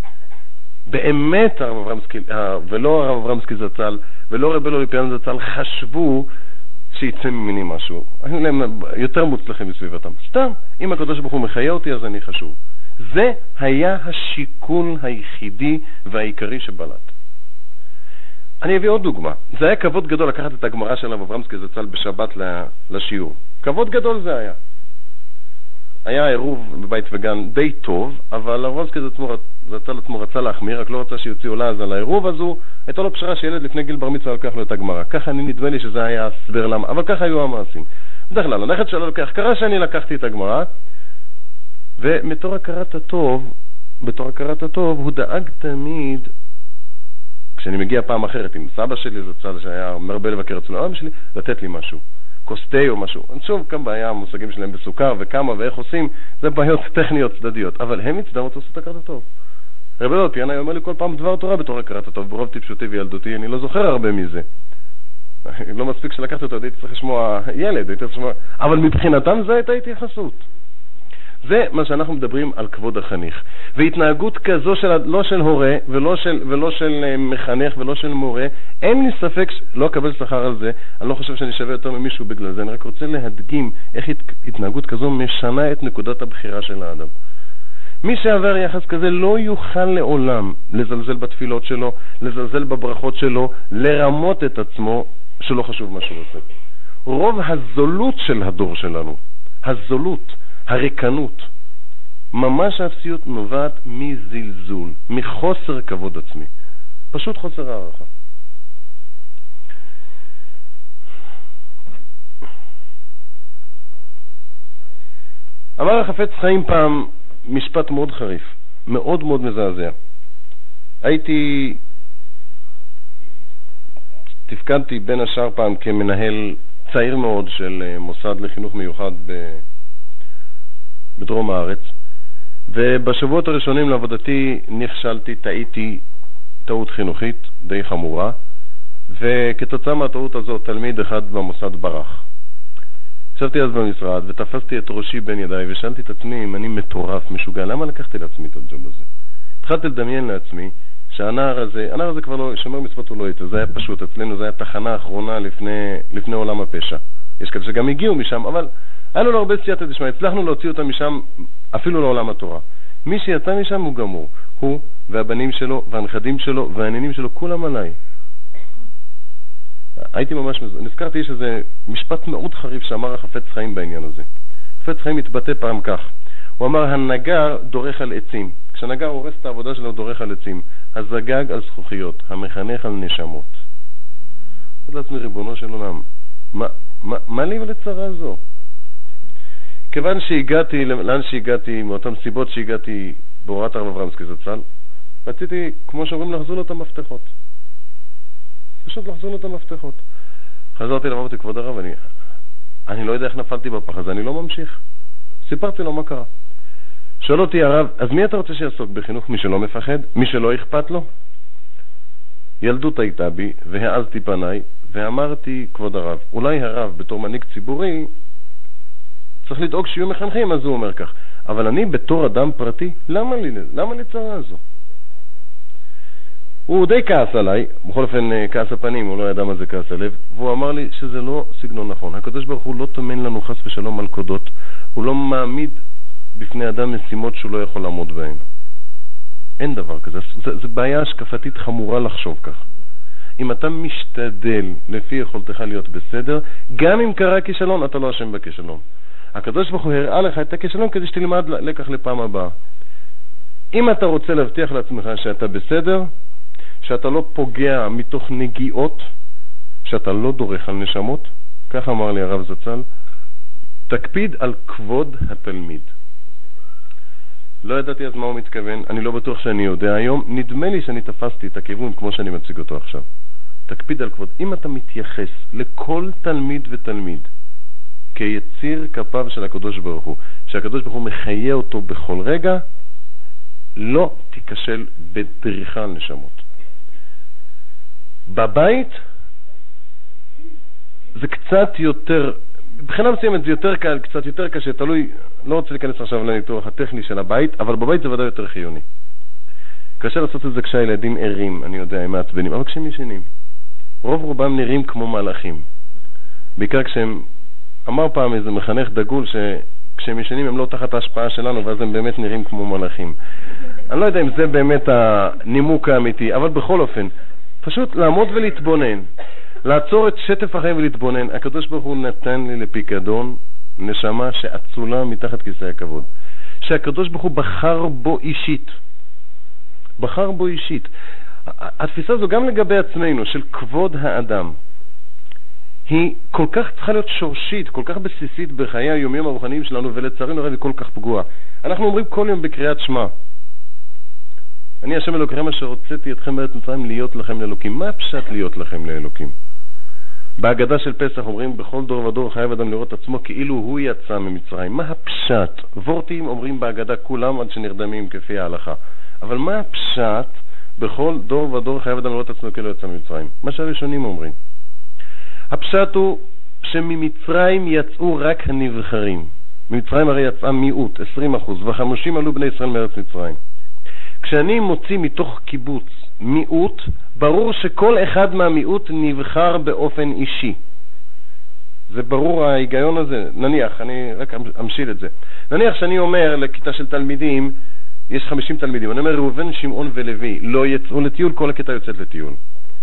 באמת הרב אברמסקי, ולא הרב אברמסקי זצ"ל, ולא רבי לויפיאן זצ"ל, חשבו שיצא ממני משהו. היו להם יותר מוצלחים בסביבתם. סתם, אם הקדוש ברוך הוא מחיה אותי, אז אני חשוב. זה היה השיקול היחידי והעיקרי שבלט. אני אביא עוד דוגמה. זה היה כבוד גדול לקחת את הגמרא של הרב אברמסקי זצ"ל בשבת לשיעור. כבוד גדול זה היה. היה עירוב בבית וגן די טוב, אבל הרב אברמסקי זצ"ל עצמו רצה להחמיר, רק לא רצה שיוציאו לה אז על העירוב, אז הוא הייתה לו פשרה שילד לפני גיל בר מצווה לקח לו את הגמרא. ככה אני נדמה לי שזה היה הסבר למה, אבל ככה היו המעשים. בדרך כלל, הנכד שלו לוקח, קרה שאני לקחתי את הגמרא, ומתור הכרת הטוב, הוא דאג תמיד, כשאני מגיע פעם אחרת עם סבא שלי זצ"ל שהיה מרבה לבקר אצלו, אבא שלי, לתת לי משהו. קוסטי או משהו. שוב, כמה בעיה המושגים שלהם בסוכר וכמה ואיך עושים, זה בעיות טכניות צדדיות. אבל הם הצדרו אותו לעשות הכרת הטוב. רבי לויפיאן היה אומר לי כל פעם דבר תורה בתור הכרת הטוב, ברוב טיפשותי וילדותי, אני לא זוכר הרבה מזה. לא מספיק שלקחתי אותו, הייתי צריך לשמוע ילד, אבל מבחינתם זה הייתה התייחסות. זה מה שאנחנו מדברים על כבוד החניך. והתנהגות כזו לא של הורה ולא של מחנך ולא של מורה, אין לי ספק, לא אקבל שכר על זה, אני לא חושב שאני שווה יותר ממישהו בגלל זה, אני רק רוצה להדגים איך התנהגות כזו משנה את נקודת הבחירה של האדם. מי שעבר יחס כזה לא יוכל לעולם לזלזל בתפילות שלו, לזלזל בברכות שלו, לרמות את עצמו שלא חשוב מה שהוא עושה. רוב הזולות של הדור שלנו, הזולות, הריקנות, ממש האפסיות נובעת מזלזול, מחוסר כבוד עצמי. פשוט חוסר הערכה. אמר החפץ חיים פעם משפט מאוד חריף, מאוד מאוד מזעזע. תפקדתי בין השאר פעם כמנהל צעיר מאוד של מוסד לחינוך מיוחד בדרום הארץ, ובשבועות הראשונים לעבודתי נכשלתי, טעיתי טעות חינוכית די חמורה, וכתוצאה מהטעות הזאת תלמיד אחד במוסד ברח. ישבתי אז במשרד ותפסתי את ראשי בין ידיי ושאלתי את עצמי אם אני מטורף, משוגע, למה לקחתי לעצמי את הג'וב הזה? התחלתי לדמיין לעצמי שהנער הזה כבר לא, שומר מצוות הוא לא יצא, זה היה פשוט, אצלנו זה היה תחנה אחרונה לפני עולם הפשע. יש כאלה שגם הגיעו משם, אבל היה לו הרבה סייעתא דשמיא, הצלחנו להוציא אותם משם אפילו לעולם התורה. מי שיצא משם הוא גמור, הוא והבנים שלו והנכדים שלו והעניינים שלו, כולם עליי. הייתי ממש נזכרתי, יש איזה משפט מאוד חריף שאמר החפץ חיים בעניין הזה. החפץ חיים התבטא פעם כך, הוא אמר, הנגר דורך על עצים. כשהנגר הורס את העבודה שלו דורך על עצים, הזגג על זכוכיות, המחנך על נשמות. עוד לעצמי, ריבונו של עולם, מה לי ולצרה זו? כיוון שהגעתי, לאן שהגעתי, מאותן סיבות שהגעתי בהוראת הרב אברמסקי זצ"ל, רציתי, כמו שאומרים, לחזור לו את המפתחות. פשוט לחזור לו את המפתחות. חזרתי לרב, אמרתי, כבוד הרב, אני לא יודע איך נפלתי בפח הזה, אני לא ממשיך. סיפרתי לו מה קרה. שואל אותי הרב, אז מי אתה רוצה שיעסוק בחינוך? מי שלא מפחד? מי שלא אכפת לו? ילדות הייתה בי, והעזתי פניי, ואמרתי, כבוד הרב, אולי הרב בתור מנהיג ציבורי צריך לדאוג שיהיו מחנכים, אז הוא אומר כך. אבל אני בתור אדם פרטי, למה לי צרה הזו? הוא די כעס עליי, בכל אופן כעס הפנים, הוא לא ידע מה זה כעס הלב, והוא אמר לי שזה לא סגנון נכון. הקדוש ברוך הוא לא תאמן לנו חס ושלום מלכודות, הוא לא מעמיד בפני אדם משימות שהוא לא יכול לעמוד בהן. אין דבר כזה, זה בעיה השקפתית חמורה לחשוב כך. אם אתה משתדל לפי יכולתך להיות בסדר, גם אם קרה כישלון, אתה לא אשם בכישלון. הקדוש ברוך הוא הראה לך את הכישלון כדי שתלמד לקח לפעם הבאה. אם אתה רוצה להבטיח לעצמך שאתה בסדר, שאתה לא פוגע מתוך נגיעות, שאתה לא דורך על נשמות, כך אמר לי הרב זצ"ל, תקפיד על כבוד התלמיד. לא ידעתי אז מה הוא מתכוון, אני לא בטוח שאני יודע היום, נדמה לי שאני תפסתי את הכיוון כמו שאני מציג אותו עכשיו. תקפיד על כבוד. אם אתה מתייחס לכל תלמיד ותלמיד כיציר כפיו של הקדוש ברוך הוא, שהקדוש ברוך הוא מחיה אותו בכל רגע, לא תיכשל בדריכה על נשמות. בבית זה קצת יותר, מבחינה מסוימת זה יותר קל, קצת יותר קשה, תלוי, לא רוצה להיכנס עכשיו לניתוח הטכני של הבית, אבל בבית זה ודאי יותר חיוני. קשה לעשות את זה כשהילדים ערים, אני יודע, הם מעצבנים, אבל כשהם ישנים. רוב רובם נראים כמו מלאכים. בעיקר כשהם, אמר פעם איזה מחנך דגול שכשהם ישנים הם לא תחת ההשפעה שלנו, ואז הם באמת נראים כמו מלאכים. אני לא יודע אם זה באמת הנימוק האמיתי, אבל בכל אופן, פשוט לעמוד ולהתבונן, לעצור את שטף החיים ולהתבונן. הקדוש ברוך הוא נתן לי לפיקדון נשמה שעצולה מתחת כיסא הכבוד, שהקדוש ברוך הוא בחר בו אישית. בחר בו אישית. התפיסה הזו גם לגבי עצמנו, של כבוד האדם, היא כל כך צריכה להיות שורשית, כל כך בסיסית בחיי היומיים הרוחניים שלנו, ולצערנו הרב היא כל כך פגועה. אנחנו אומרים כל יום בקריאת שמע, אני השם אלוקיכם אשר הוצאתי אתכם מארץ מצרים להיות לכם לאלוקים. מה הפשט להיות לכם לאלוקים? בהגדה של פסח אומרים בכל דור ודור חייב אדם לראות עצמו כאילו הוא יצא ממצרים. מה הפשט? וורטים אומרים בהגדה כולם עד שנרדמים כפי ההלכה. אבל מה הפשט? בכל דור ודור חייב אדם לראות עצמו כאילו יצא ממצרים. מה שהראשונים אומרים. הפשט הוא שממצרים יצאו רק הנבחרים. ממצרים הרי יצאה מיעוט, 20%, ו50 עלו בני ישראל מארץ מצרים. כשאני מוציא מתוך קיבוץ מיעוט, ברור שכל אחד מהמיעוט נבחר באופן אישי. זה ברור ההיגיון הזה. נניח, אני רק אמשיל את זה. נניח שאני אומר לכיתה של תלמידים, יש 50 תלמידים, אני אומר ראובן, שמעון ולוי לא יצאו לטיול, כל הכיתה יוצאת לטיול.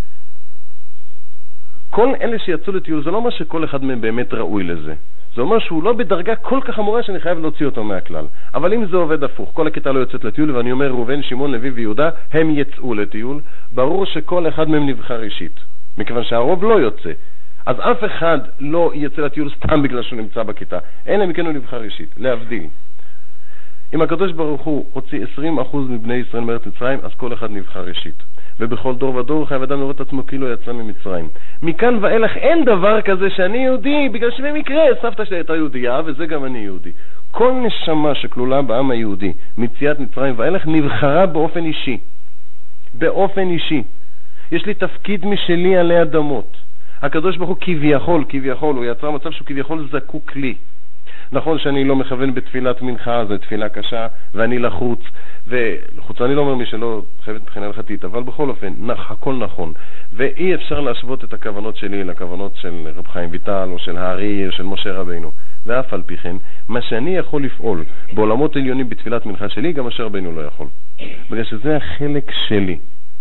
כל אלה שיצאו לטיול, זה לא אומר שכל אחד מהם באמת ראוי לזה. זה אומר שהוא לא בדרגה כל כך חמורה שאני חייב להוציא אותו מהכלל. אבל אם זה עובד הפוך, כל הכיתה לא יוצאת לטיול, ואני אומר ראובן, שמעון, לוי ויהודה, הם יצאו לטיול, ברור שכל אחד מהם נבחר אישית, מכיוון שהרוב לא יוצא. אז אף אחד לא יצא לטיול סתם בגלל שהוא נמצא בכיתה. אין להם מכן הוא נבחר אישית, להבדיל. אם הקדוש ברוך הוא הוציא 20% מבני ישראל מארץ מצרים, אז כל אחד נבחר אישית. ובכל דור ודור חייב אדם לראות עצמו כאילו יצא ממצרים. מכאן ואילך אין דבר כזה שאני יהודי, בגלל שבמקרה סבתא שלי הייתה יהודייה, וזה גם אני יהודי. כל נשמה שכלולה בעם היהודי, מציאת מצרים ואילך, נבחרה באופן אישי. באופן אישי. יש לי תפקיד משלי עלי אדמות. הקדוש ברוך הוא כביכול, הוא יצר מצב שהוא כביכול זקוק לי. נכון שאני לא מכוון בתפילת מנחה, זו תפילה קשה, ואני לחוץ, אני לא אומר מי שלא חייבת מבחינה הלכתית, אבל בכל אופן, הכל נכון. ואי אפשר להשוות את הכוונות שלי לכוונות של רב חיים ויטל, או של הארי, או של משה רבינו. ואף על פי כן, מה שאני יכול לפעול בעולמות עליונים בתפילת מנחה שלי, גם משה רבינו לא יכול. בגלל שזה החלק שלי.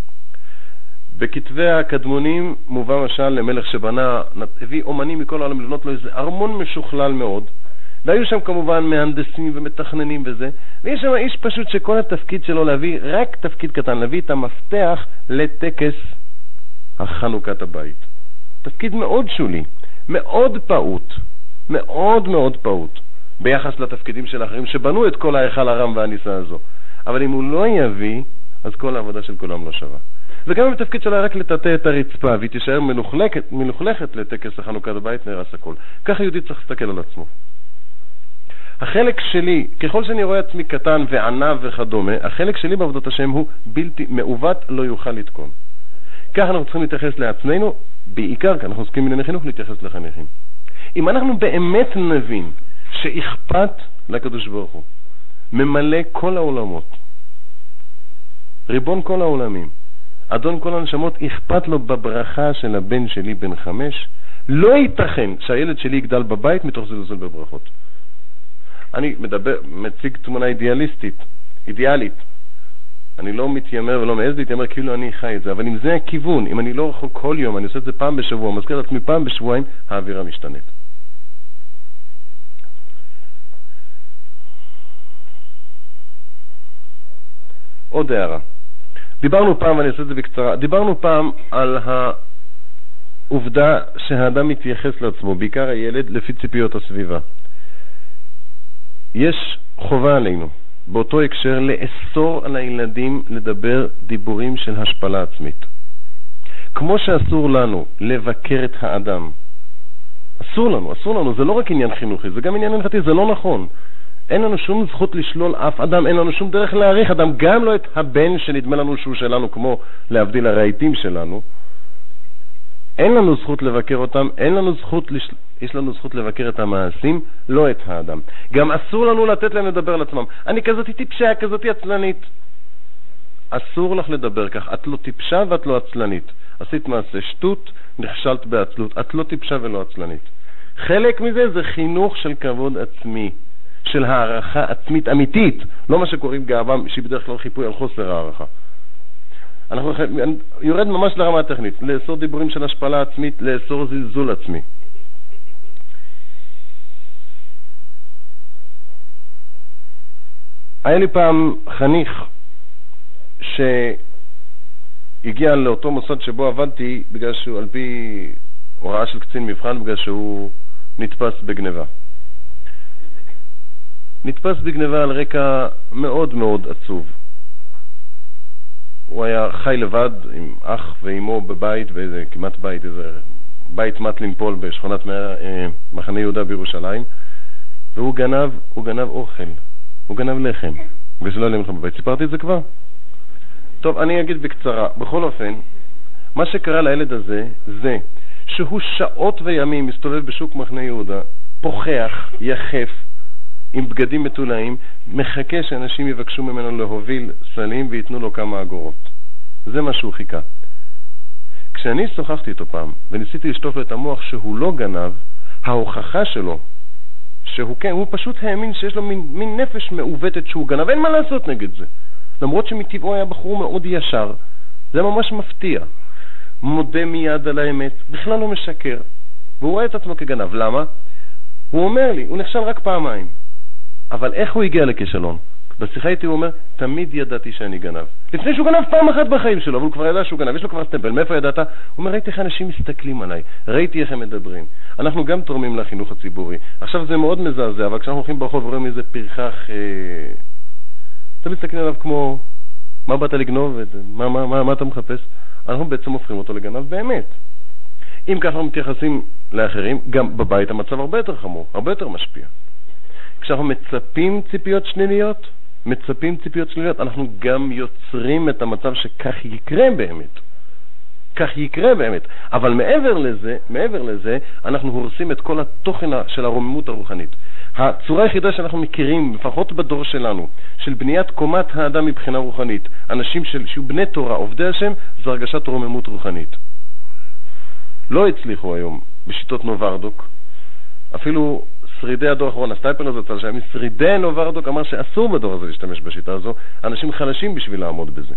בכתבי הקדמונים מובא משל למלך שבנה, הביא אומנים מכל העולם לבנות לו איזה ארמון משוכלל מאוד, והיו שם כמובן מהנדסים ומתכננים וזה, ויש שם איש פשוט שכל התפקיד שלו להביא, רק תפקיד קטן, להביא את המפתח לטקס החנוכת הבית. תפקיד מאוד שולי, מאוד פעוט, מאוד מאוד פעוט, ביחס לתפקידים של האחרים שבנו את כל ההיכל הרם והניסה הזו. אבל אם הוא לא יביא, אז כל העבודה של כולם לא שווה. וגם אם התפקיד שלה רק לטאטא את הרצפה, והיא תישאר מלוכלכת לטקס החנוכת הבית, נהרס הכל. ככה יהודי צריך להסתכל על עצמו. החלק שלי, ככל שאני רואה עצמי קטן וענב וכדומה, החלק שלי בעבודת השם הוא בלתי מעוות, לא יוכל לתקון. כך אנחנו צריכים להתייחס לעצמנו, בעיקר כי אנחנו עוסקים בענייני חינוך, להתייחס לחניכים. אם אנחנו באמת נבין שאכפת לקדוש ברוך הוא, ממלא כל העולמות, ריבון כל העולמים, אדון כל הנשמות, אכפת לו בברכה של הבן שלי בן 5, לא ייתכן שהילד שלי יגדל בבית מתוך זלזול בברכות. אני מציג תמונה אידיאלית. אני לא מתיימר ולא מעז להתיימר כאילו אני חי את זה, אבל אם זה הכיוון, אם אני לא יכול כל יום, אני עושה את זה פעם בשבוע, מזכיר את עצמי פעם בשבועיים, האווירה משתנית. עוד הערה. דיברנו פעם, ואני אעשה את זה בקצרה, דיברנו פעם על העובדה שהאדם מתייחס לעצמו, בעיקר הילד, לפי ציפיות הסביבה. יש חובה עלינו, באותו הקשר, לאסור על הילדים לדבר דיבורים של השפלה עצמית. כמו שאסור לנו לבקר את האדם, אסור לנו, זה לא רק עניין חינוכי, זה גם עניין הלכתי, זה לא נכון. אין לנו שום זכות לשלול אף אדם, אין לנו שום דרך להעריך אדם, גם לא את הבן שנדמה לנו שהוא שלנו, כמו להבדיל הרהיטים שלנו. אין לנו זכות לבקר אותם, יש לנו זכות לבקר את המעשים, לא את האדם. גם אסור לנו לתת להם לדבר על עצמם. אני כזאת טיפשה, כזאת עצלנית. אסור לך לדבר כך, את לא טיפשה ואת לא עצלנית. עשית מעשה שטות, נכשלת בעצלות, את לא טיפשה ולא עצלנית. חלק מזה זה חינוך של כבוד עצמי, של הערכה עצמית אמיתית, לא מה שקוראים גאווה, שהיא בדרך כלל חיפוי על חוסר הערכה. אנחנו יורד ממש לרמה הטכנית, לאסור דיבורים של השפלה עצמית, לאסור זלזול עצמי. היה לי פעם חניך שהגיע לאותו מוסד שבו עבדתי, בגלל שהוא על פי הוראה של קצין מבחן, בגלל שהוא נתפס בגניבה. נתפס בגניבה על רקע מאוד מאוד עצוב. הוא היה חי לבד עם אח ואימו בבית, באיזה כמעט בית, איזה בית מת לנפול בשכונת מחנה יהודה בירושלים, והוא גנב אוכל, הוא גנב לחם, ושלא היה לחם בבית. סיפרתי את זה כבר? טוב, אני אגיד בקצרה. בכל אופן, מה שקרה לילד הזה, זה שהוא שעות וימים מסתובב בשוק מחנה יהודה, פוחח, יחף, עם בגדים מטולאים, מחכה שאנשים יבקשו ממנו להוביל סלים ויתנו לו כמה אגורות. זה מה שהוא חיכה. כשאני שוחחתי איתו פעם וניסיתי לשטוף לו את המוח שהוא לא גנב, ההוכחה שלו שהוא כן, הוא פשוט האמין שיש לו מין נפש מעוותת שהוא גנב, אין מה לעשות נגד זה. למרות שמטבעו היה בחור מאוד ישר, זה ממש מפתיע. מודה מיד על האמת, בכלל לא משקר, והוא רואה את עצמו כגנב. למה? הוא אומר לי, הוא נכשל רק פעמיים. אבל איך הוא הגיע לכישלון? בשיחה איתי הוא אומר, תמיד ידעתי שאני גנב. לפני שהוא גנב פעם אחת בחיים שלו, אבל הוא כבר ידע שהוא גנב, יש לו כבר סטמפל. מאיפה ידעת? הוא אומר, ראיתי איך אנשים מסתכלים עליי, ראיתי איך הם מדברים. אנחנו גם תורמים לחינוך הציבורי. עכשיו זה מאוד מזעזע, אבל כשאנחנו הולכים ברחוב ורואים איזה פרחח, אתה מסתכלים עליו כמו, מה באת לגנוב? מה אתה מחפש? אנחנו בעצם הופכים אותו לגנב באמת. אם ככה אנחנו מתייחסים לאחרים, גם בבית המצב הרבה יותר חמור, הרבה יותר משפיע. כשאנחנו מצפים ציפיות שליליות, אנחנו גם יוצרים את המצב שכך יקרה באמת. כך יקרה באמת. אבל מעבר לזה, אנחנו הורסים את כל התוכן של הרוממות הרוחנית. הצורה היחידה שאנחנו מכירים, לפחות בדור שלנו, של בניית קומת האדם מבחינה רוחנית, אנשים שהוא בני תורה, עובדי השם, זה הרגשת רוממות רוחנית. לא הצליחו היום בשיטות נוברדוק, אפילו שרידי הדור האחרון, הסטייפלר הזה צל שם, שרידי נוברדוק אמר שאסור בדור הזה להשתמש בשיטה הזו, אנשים חלשים בשביל לעמוד בזה.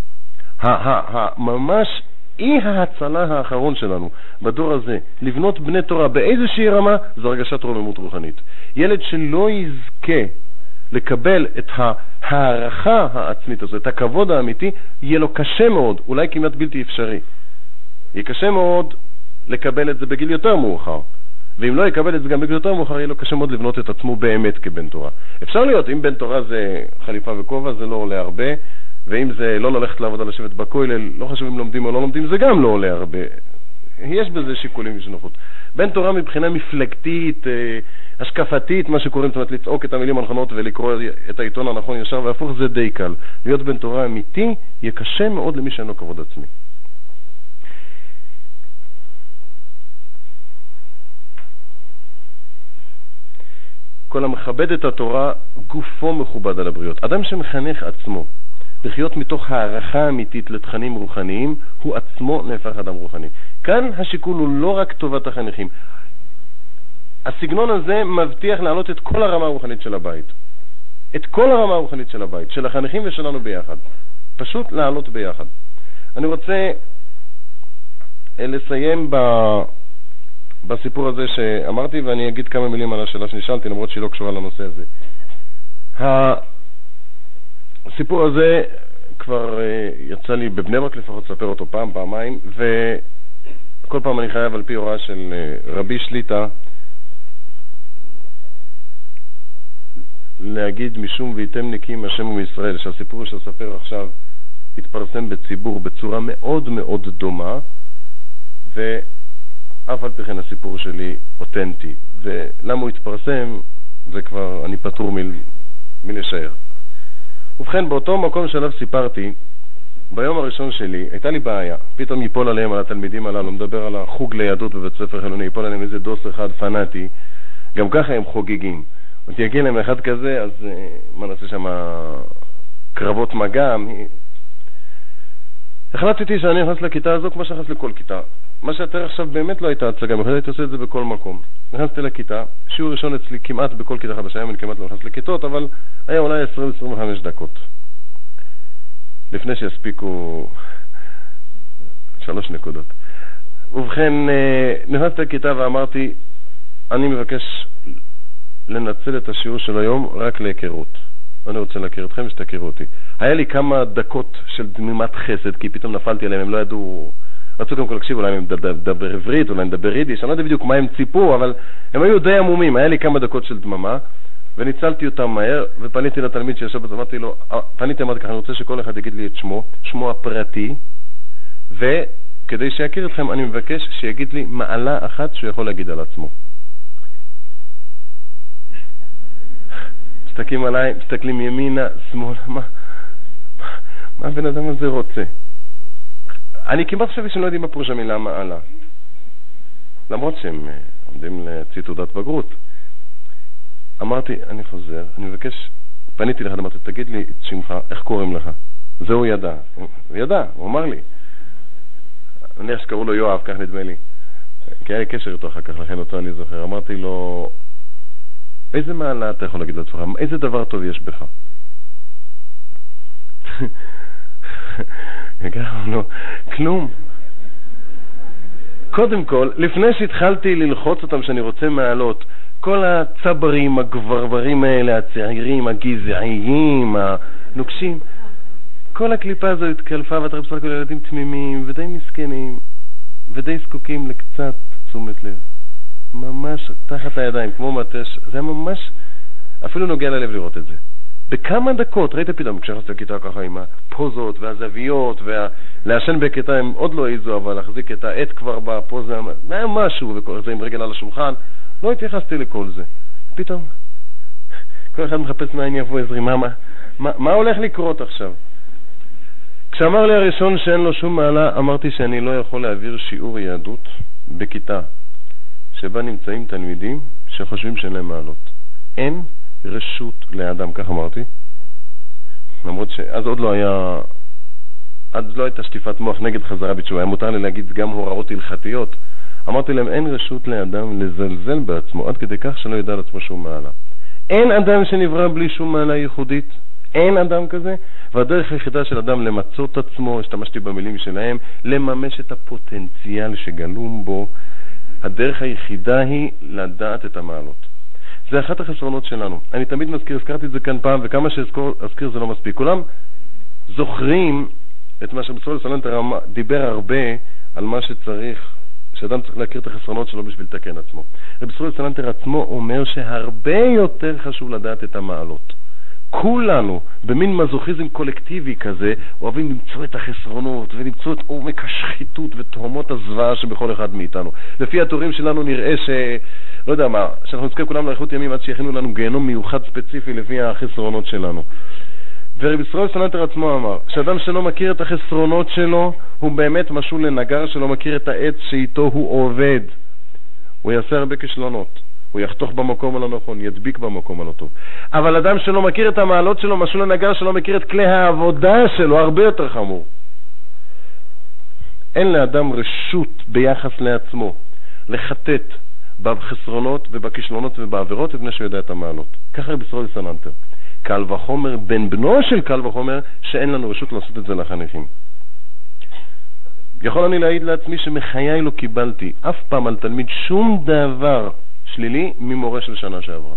ממש אי ההצלה האחרון שלנו בדור הזה, לבנות בני תורה באיזושהי רמה, זו הרגשת רוממות רוחנית. ילד שלא יזכה לקבל את הערכה העצמית הזו, את הכבוד האמיתי, יהיה לו קשה מאוד, אולי כמעט בלתי אפשרי. יהיה קשה מאוד לקבל את זה בגיל יותר מאוחר. ואם לא יקבל את זה גם בגיל יותר מאוחר, יהיה לו קשה מאוד לבנות את עצמו באמת כבן תורה. אפשר להיות, אם בן תורה זה חליפה וכובע, זה לא עולה הרבה, ואם זה לא ללכת לעבודה לשבת בכולל, לא חשוב אם לומדים או לא לומדים, זה גם לא עולה הרבה. יש בזה שיקולים ושנוחות. בן תורה מבחינה מפלגתית, השקפתית, מה שקוראים, זאת אומרת, לצעוק את המילים הנכונות ולקרוא את העיתון הנכון ישר והפוך, זה די קל. להיות בן תורה אמיתי, יהיה קשה מאוד למי שאין לו כבוד עצמי. כל המכבד את התורה, גופו מכובד על הבריות. אדם שמחנך עצמו לחיות מתוך הערכה אמיתית לתכנים רוחניים, הוא עצמו נהפך אדם רוחני. כאן השיקול הוא לא רק טובת החניכים. הסגנון הזה מבטיח להעלות את כל הרמה הרוחנית של הבית. את כל הרמה הרוחנית של הבית, של החניכים ושלנו ביחד. פשוט להעלות ביחד. אני רוצה לסיים בסיפור הזה שאמרתי, ואני אגיד כמה מילים על השאלה שנשאלתי, למרות שהיא לא קשורה לנושא הזה. הסיפור הזה כבר יצא לי בבני ברק לפחות לספר אותו פעמיים, וכל פעם אני חייב על פי הוראה של רבי שליטה להגיד משום ויתם נקים השם ומישראל, שהסיפור שספר עכשיו התפרסם בציבור בצורה מאוד מאוד דומה, ואף על פי כן הסיפור שלי אותנטי. ולמה הוא התפרסם זה כבר אני פטור מלשער. ובכן, באותו מקום שעליו סיפרתי, ביום הראשון שלי הייתה לי בעיה. פתאום ייפול עליהם, על התלמידים הללו, מדבר על החוג ליהדות בבית ספר חילוני, ייפול עליהם איזה דוס אחד פנאטי, גם ככה הם חוגגים. עוד יגיע להם אחד כזה, אז מה נעשה שם קרבות מגע? החלטתי שאני נכנס לכיתה הזו כמו שנכנס לכל כיתה. מה שאתה עכשיו באמת לא הייתה הצגה, אני הייתי עושה את זה בכל מקום. נכנסתי לכיתה, שיעור ראשון אצלי כמעט בכל כיתה חדשה, היום אני כמעט לא נכנס לכיתות, אבל היה אולי 20-25 דקות. לפני שהספיקו 3 נקודות. ובכן, נכנסתי לכיתה ואמרתי, אני מבקש לנצל את השיעור של היום רק להיכרות. אני רוצה להכיר אתכם שתכירו אותי. היה לי כמה דקות של דמימת חסד, כי פתאום נפלתי עליהם, הם לא ידעו, רצו קודם כל להקשיב, אולי הם מדבר עברית, אולי מדבר יידיש, אני לא יודע בדיוק מה הם ציפו, אבל הם היו די עמומים. היה לי כמה דקות של דממה, וניצלתי אותם מהר, ופניתי לתלמיד שישב, אמרתי לו, אמרתי ככה, אני רוצה שכל אחד יגיד לי את שמו הפרטי, וכדי שיכיר אתכם, אני מבקש שיגיד לי מעלה אחת שהוא יכול להגיד על עצמו. מסתכלים עליי, מסתכלים ימינה, שמאלה, מה הבן אדם הזה רוצה? אני כמעט חשבתי שאני לא יודעים מה פירוש המילה מעלה, למרות שהם עומדים להוציא תעודת בגרות. אמרתי, אני חוזר, אני מבקש, פניתי לך, אמרתי, תגיד לי את שמך, איך קוראים לך? זה הוא ידע, הוא אמר לי. אני חושב שקראו לו יואב, כך נדמה לי, כי היה לי קשר איתו אחר כך, לכן אותו אני זוכר. אמרתי לו, איזה מעלה אתה יכול להגיד לעצמך? איזה דבר טוב יש בך? לא, כלום. קודם כל, לפני שהתחלתי ללחוץ אותם שאני רוצה מעלות, כל הצברים, הגברברים האלה, הצעירים, הגזעיים, הנוקשים, כל הקליפה הזו התקלפה, ואתה בסך הכל ילדים תמימים ודי מסכנים ודי זקוקים לקצת תשומת לב. ממש תחת הידיים, כמו מטש, זה ממש אפילו נוגע ללב לראות את זה. בכמה דקות, ראית פתאום, כשנכנסתי לכיתה ככה עם הפוזות והזוויות, ולעשן בכיתה הם עוד לא איזו, אבל להחזיק את העט כבר בפוזה, היה משהו, וכל זה עם רגל על השולחן, לא התייחסתי לכל זה. פתאום, כל אחד מחפש מאין יבוא עזרי, מה הולך לקרות עכשיו? כשאמר לי הראשון שאין לו שום מעלה, אמרתי שאני לא יכול להעביר שיעור יהדות בכיתה שבה נמצאים תלמידים שחושבים שאין להם מעלות. אין רשות לאדם, כך אמרתי. למרות שאז עוד לא היה, אז לא הייתה שטיפת מוח נגד חזרה בתשובה, היה מותר לי להגיד גם הוראות הלכתיות. אמרתי להם, אין רשות לאדם לזלזל בעצמו, עד כדי כך שלא ידע על עצמו שום מעלה. אין אדם שנברא בלי שום מעלה ייחודית, אין אדם כזה, והדרך היחידה של אדם למצות עצמו, השתמשתי במילים שלהם, לממש את הפוטנציאל שגלום בו, הדרך היחידה היא לדעת את המעלות. זה אחת החסרונות שלנו. אני תמיד מזכיר, הזכרתי את זה כאן פעם, וכמה שאזכיר זה לא מספיק. כולם זוכרים את מה שרבי ישראל סלנטר דיבר הרבה על מה שצריך, שאדם צריך להכיר את החסרונות שלו בשביל לתקן עצמו. רבי ישראל סלנטר עצמו אומר שהרבה יותר חשוב לדעת את המעלות. כולנו, במין מזוכיזם קולקטיבי כזה, אוהבים למצוא את החסרונות ולמצוא את עומק השחיתות ותהומות הזוועה שבכל אחד מאיתנו. לפי התורים שלנו נראה לא יודע מה, שאנחנו נזכה כולם לאריכות ימים עד שיכינו לנו גיהנום מיוחד ספציפי לפי החסרונות שלנו. ורבי ישראל סלנטר עצמו אמר, שאדם שלא מכיר את החסרונות שלו, הוא באמת משול לנגר שלא מכיר את העץ שאיתו הוא עובד. הוא יעשה הרבה כישלונות. הוא יחתוך במקום הלא נכון, ידביק במקום הלא טוב. אבל אדם שלא מכיר את המעלות שלו, משול לנגר שלא מכיר את כלי העבודה שלו, הרבה יותר חמור. אין לאדם רשות ביחס לעצמו לחטט בחסרונות ובכישלונות ובעבירות לפני שהוא יודע את המעלות. ככה רבי ישראל סלנטר. קל וחומר, בן בנו של קל וחומר, שאין לנו רשות לעשות את זה לחניכים. יכול אני להעיד לעצמי שמחיי לא קיבלתי אף פעם על תלמיד שום דבר שלילי ממורה של שנה שעברה.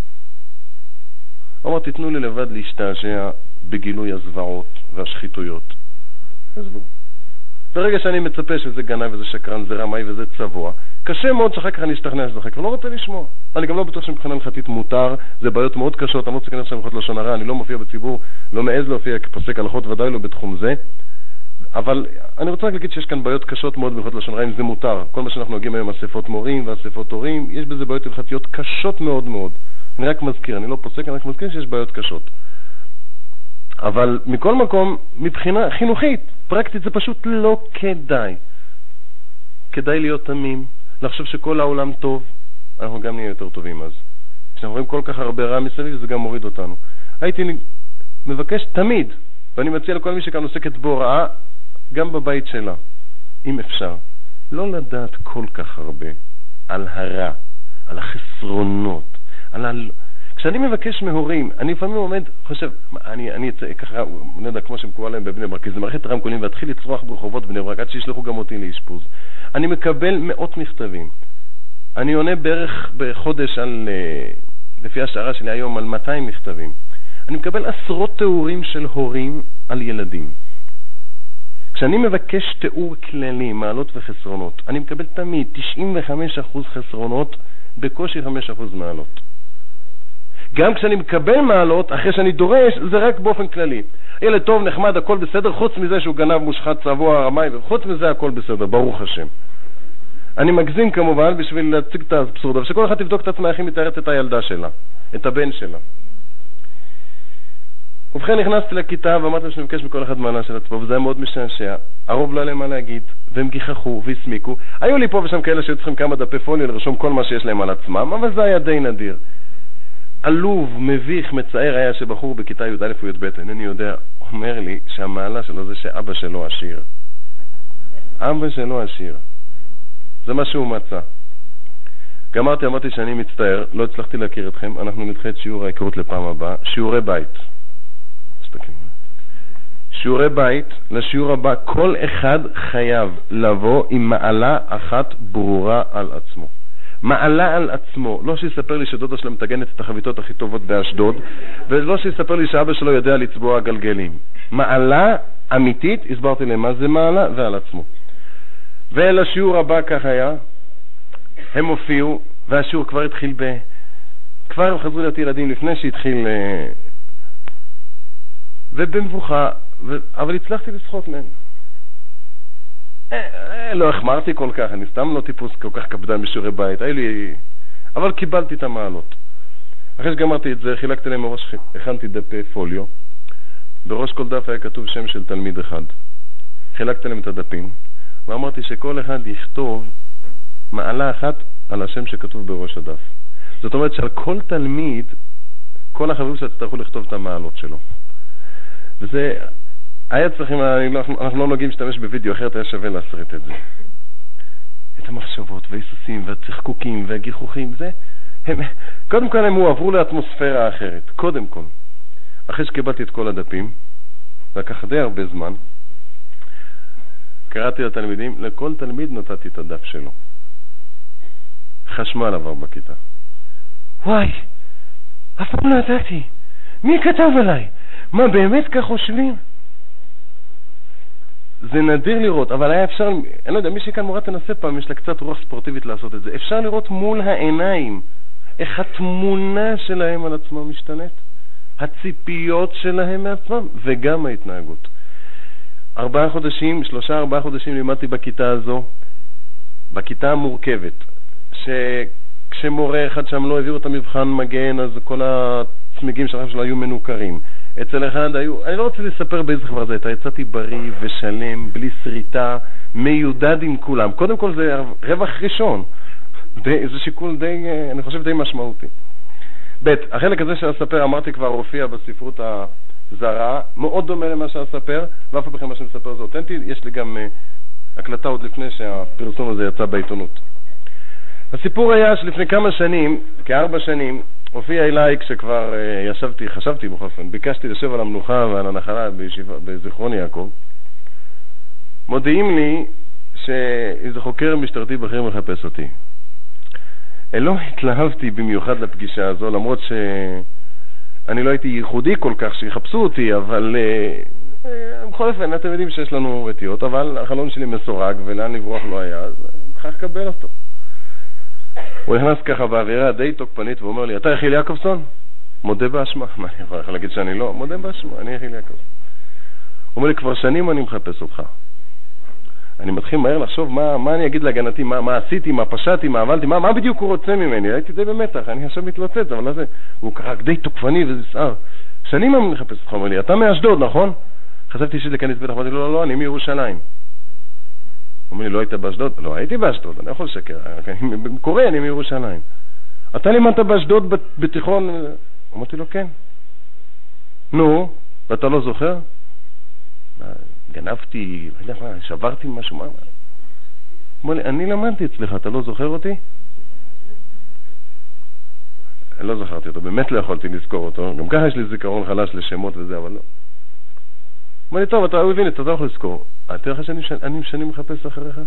אמר, תיתנו לי לבד להשתעשע בגילוי הזוועות והשחיתויות. עזבו. ברגע שאני מצפה שזה גנב וזה שקרן, זה רמאי וזה צבוע, קשה מאוד שאחר כך אני אשתכנע שזה חק, ולא רוצה לשמוע. אני גם לא בטוח שמבחינה הלכתית מותר, זה בעיות מאוד קשות, אני לא רוצה להיכנס שם הלכות לשון הרע, אני לא מופיע בציבור, לא מעז להופיע כפוסק הלכות, ודאי לא בתחום זה. אבל אני רוצה רק להגיד שיש כאן בעיות קשות מאוד בהלכות לשון הרע, אם זה מותר. כל מה שאנחנו נוגעים היום, אספות מורים ואספות הורים, יש בזה בעיות הלכתיות קשות מאוד מאוד. אני רק מזכיר, אני לא פוסק, אני רק מזכיר שיש בעיות קשות. אבל מכל מקום, מבחינה חינוכית, פרקטית, זה פשוט לא כדאי. כדאי להיות תמים, לחשוב שכל העולם טוב, אנחנו גם נהיה יותר טובים אז. כשאנחנו רואים כל כך הרבה רע מסביב, זה גם מוריד אותנו. הייתי מבקש תמיד, ואני מציע לכל מי שכאן עוסקת בהוראה, גם בבית שלה, אם אפשר, לא לדעת כל כך הרבה על הרע, על החסרונות, כשאני מבקש מהורים, אני לפעמים עומד, חושב, אני ככה, לא יודע, כמו שמקובל להם בבני ברק, כי זה מערכת רמקולים, ואתחיל לצרוח ברחובות בני ברק, עד שישלחו גם אותי לאשפוז. אני מקבל מאות מכתבים. אני עונה בערך בחודש לפי השערה שלי היום, על 200 מכתבים. אני מקבל עשרות תיאורים של הורים על ילדים. כשאני מבקש תיאור כללי, מעלות וחסרונות, אני מקבל תמיד 95% חסרונות, בקושי 5% מעלות. גם כשאני מקבל מעלות, אחרי שאני דורש, זה רק באופן כללי. ילד טוב, נחמד, הכל בסדר, חוץ מזה שהוא גנב, מושחת, צבוע, רמאי, חוץ מזה הכל בסדר, ברוך השם. אני מגזים כמובן בשביל להציג את האבסורד, אבל שכל אחד תבדוק את עצמה איך היא מתארת את הילדה שלה, את הבן שלה. ובכן נכנסתי לכיתה ואמרתי שאני מבקש מכל אחד מעלה של עצמו, וזה היה מאוד משעשע. הרוב לא היה להם מה להגיד, והם גיחכו והסמיקו. היו לי פה ושם כאלה שהיו צריכים כמה דפי פוליו לרשום כל מה שיש להם על עצמם, אבל זה היה די נדיר. עלוב, מביך, מצער היה שבחור בכיתה י"א או י"ב, אינני יודע, אומר לי שהמעלה שלו זה שאבא שלו עשיר. אבא שלו עשיר. זה מה שהוא מצא. אמרתי שאני מצטער, לא הצלחתי להכיר אתכם, אנחנו נדחה את שיעור ההיכרות לפעם הבאה, שיעורי בית. שיעורי בית, לשיעור הבא, כל אחד חייב לבוא עם מעלה אחת ברורה על עצמו. מעלה על עצמו, לא שיספר לי שדודה שלו מתגנת את החביתות הכי טובות באשדוד, ולא שיספר לי שאבא שלו יודע לצבוע גלגלים. מעלה אמיתית, הסברתי להם מה זה מעלה ועל עצמו. ולשיעור הבא כך היה, הם הופיעו, והשיעור כבר התחיל כבר הם חזרו להיות ילדים לפני שהתחיל, ובמבוכה, אבל הצלחתי לשחות מהם. לא החמרתי כל כך, אני סתם לא טיפוס כל כך קפדן בשיעורי בית, אבל קיבלתי את המעלות. אחרי שגמרתי את זה, חילקתי להם מראש, הכנתי דפי פוליו, בראש כל דף היה כתוב שם של תלמיד אחד. חילקתי להם את הדפים, ואמרתי שכל אחד יכתוב מעלה אחת על השם שכתוב בראש הדף. זאת אומרת שעל כל תלמיד, כל החברים שצטרכו לכתוב את המעלות שלו. וזה, היה צריכים, אנחנו לא נוגעים להשתמש בווידאו, אחרת היה שווה להסריט את זה. את המחשבות וההיסוסים והצחקוקים והגיחוכים, זה, קודם כל הם הועברו לאטמוספירה אחרת, קודם כל. אחרי שקיבלתי את כל הדפים, לקח די הרבה זמן, קראתי לתלמידים, לכל תלמיד נתתי את הדף שלו. חשמל עבר בכיתה. וואי, אף פעם לא ידעתי. מי כתב עליי? מה, באמת כך חושבים? זה נדיר לראות, אבל היה אפשר, אני לא יודע, מי שכאן מורה תנסה פעם, יש לה קצת רוח ספורטיבית לעשות את זה. אפשר לראות מול העיניים איך התמונה שלהם על עצמם משתנית, הציפיות שלהם מעצמם, וגם ההתנהגות. 3-4 חודשים לימדתי בכיתה הזו, בכיתה המורכבת, שכשמורה אחד שם לא העבירו את המבחן מגן, אז כל הצמיגים שלו היו מנוכרים. אצל אחד היו, אני לא רוצה לספר באיזה חברה זה הייתה, יצאתי בריא ושלם, בלי שריטה, מיודד עם כולם. קודם כל זה רווח ראשון, זה שיקול די, אני חושב די משמעותי. החלק הזה שאספר, אמרתי כבר, הופיע בספרות הזרה, מאוד דומה למה שאספר, ואף פעם מה שמספר זה אותנטי. יש לי גם הקלטה עוד לפני שהפרסום הזה יצא בעיתונות. הסיפור היה שלפני כמה שנים, כ4 שנים, הופיע אליי כשכבר חשבתי בכל אופן, ביקשתי לשב על המנוחה ועל הנחלה בזיכרון יעקב. מודיעים לי שאיזה חוקר משטרתי בכיר מחפש אותי. לא התלהבתי במיוחד לפגישה הזו, למרות שאני לא הייתי ייחודי כל כך שיחפשו אותי, אבל בכל אופן, אתם יודעים שיש לנו רטיות, אבל החלון שלי מסורג ולאן לברוח לא היה, אז צריך לקבל אותו. הוא נכנס ככה באווירה די תוקפנית ואומר לי, אתה יחיל יעקובסון? מודה באשמה. מה אני יכול להגיד שאני לא? מודה באשמה, אני יחיל יעקובסון. הוא אומר לי, כבר שנים אני מחפש אותך. אני מתחיל מהר לחשוב מה אני אגיד להגנתי, מה עשיתי, מה פשעתי, מה עבלתי, מה בדיוק הוא רוצה ממני. הייתי די במתח, אני עכשיו מתלוצץ, אבל זה, הוא ככה די תוקפני וזה שנים אני מחפש אותך, אומר לי, אתה מאשדוד, נכון? חשבתי שזה כאן בטח, אמרתי לו, לא, אני מירושלים. הוא אומר לי, לא היית באשדוד? לא, הייתי באשדוד, אני יכול לשקר, קורא, אני מירושלים. אתה לימדת באשדוד בתיכון? אמרתי לו, כן. נו, ואתה לא זוכר? גנבתי, לא יודע מה, שברתי משהו, מה? אמר לי, אני למדתי אצלך, אתה לא זוכר אותי? לא זכרתי אותו, באמת לא יכולתי לזכור אותו, גם ככה יש לי זיכרון חלש לשמות וזה, אבל לא. אמר לי, טוב, אתה מבין, אתה לא יכול לזכור. אתה יודע שאני שנים מחפש אחריך?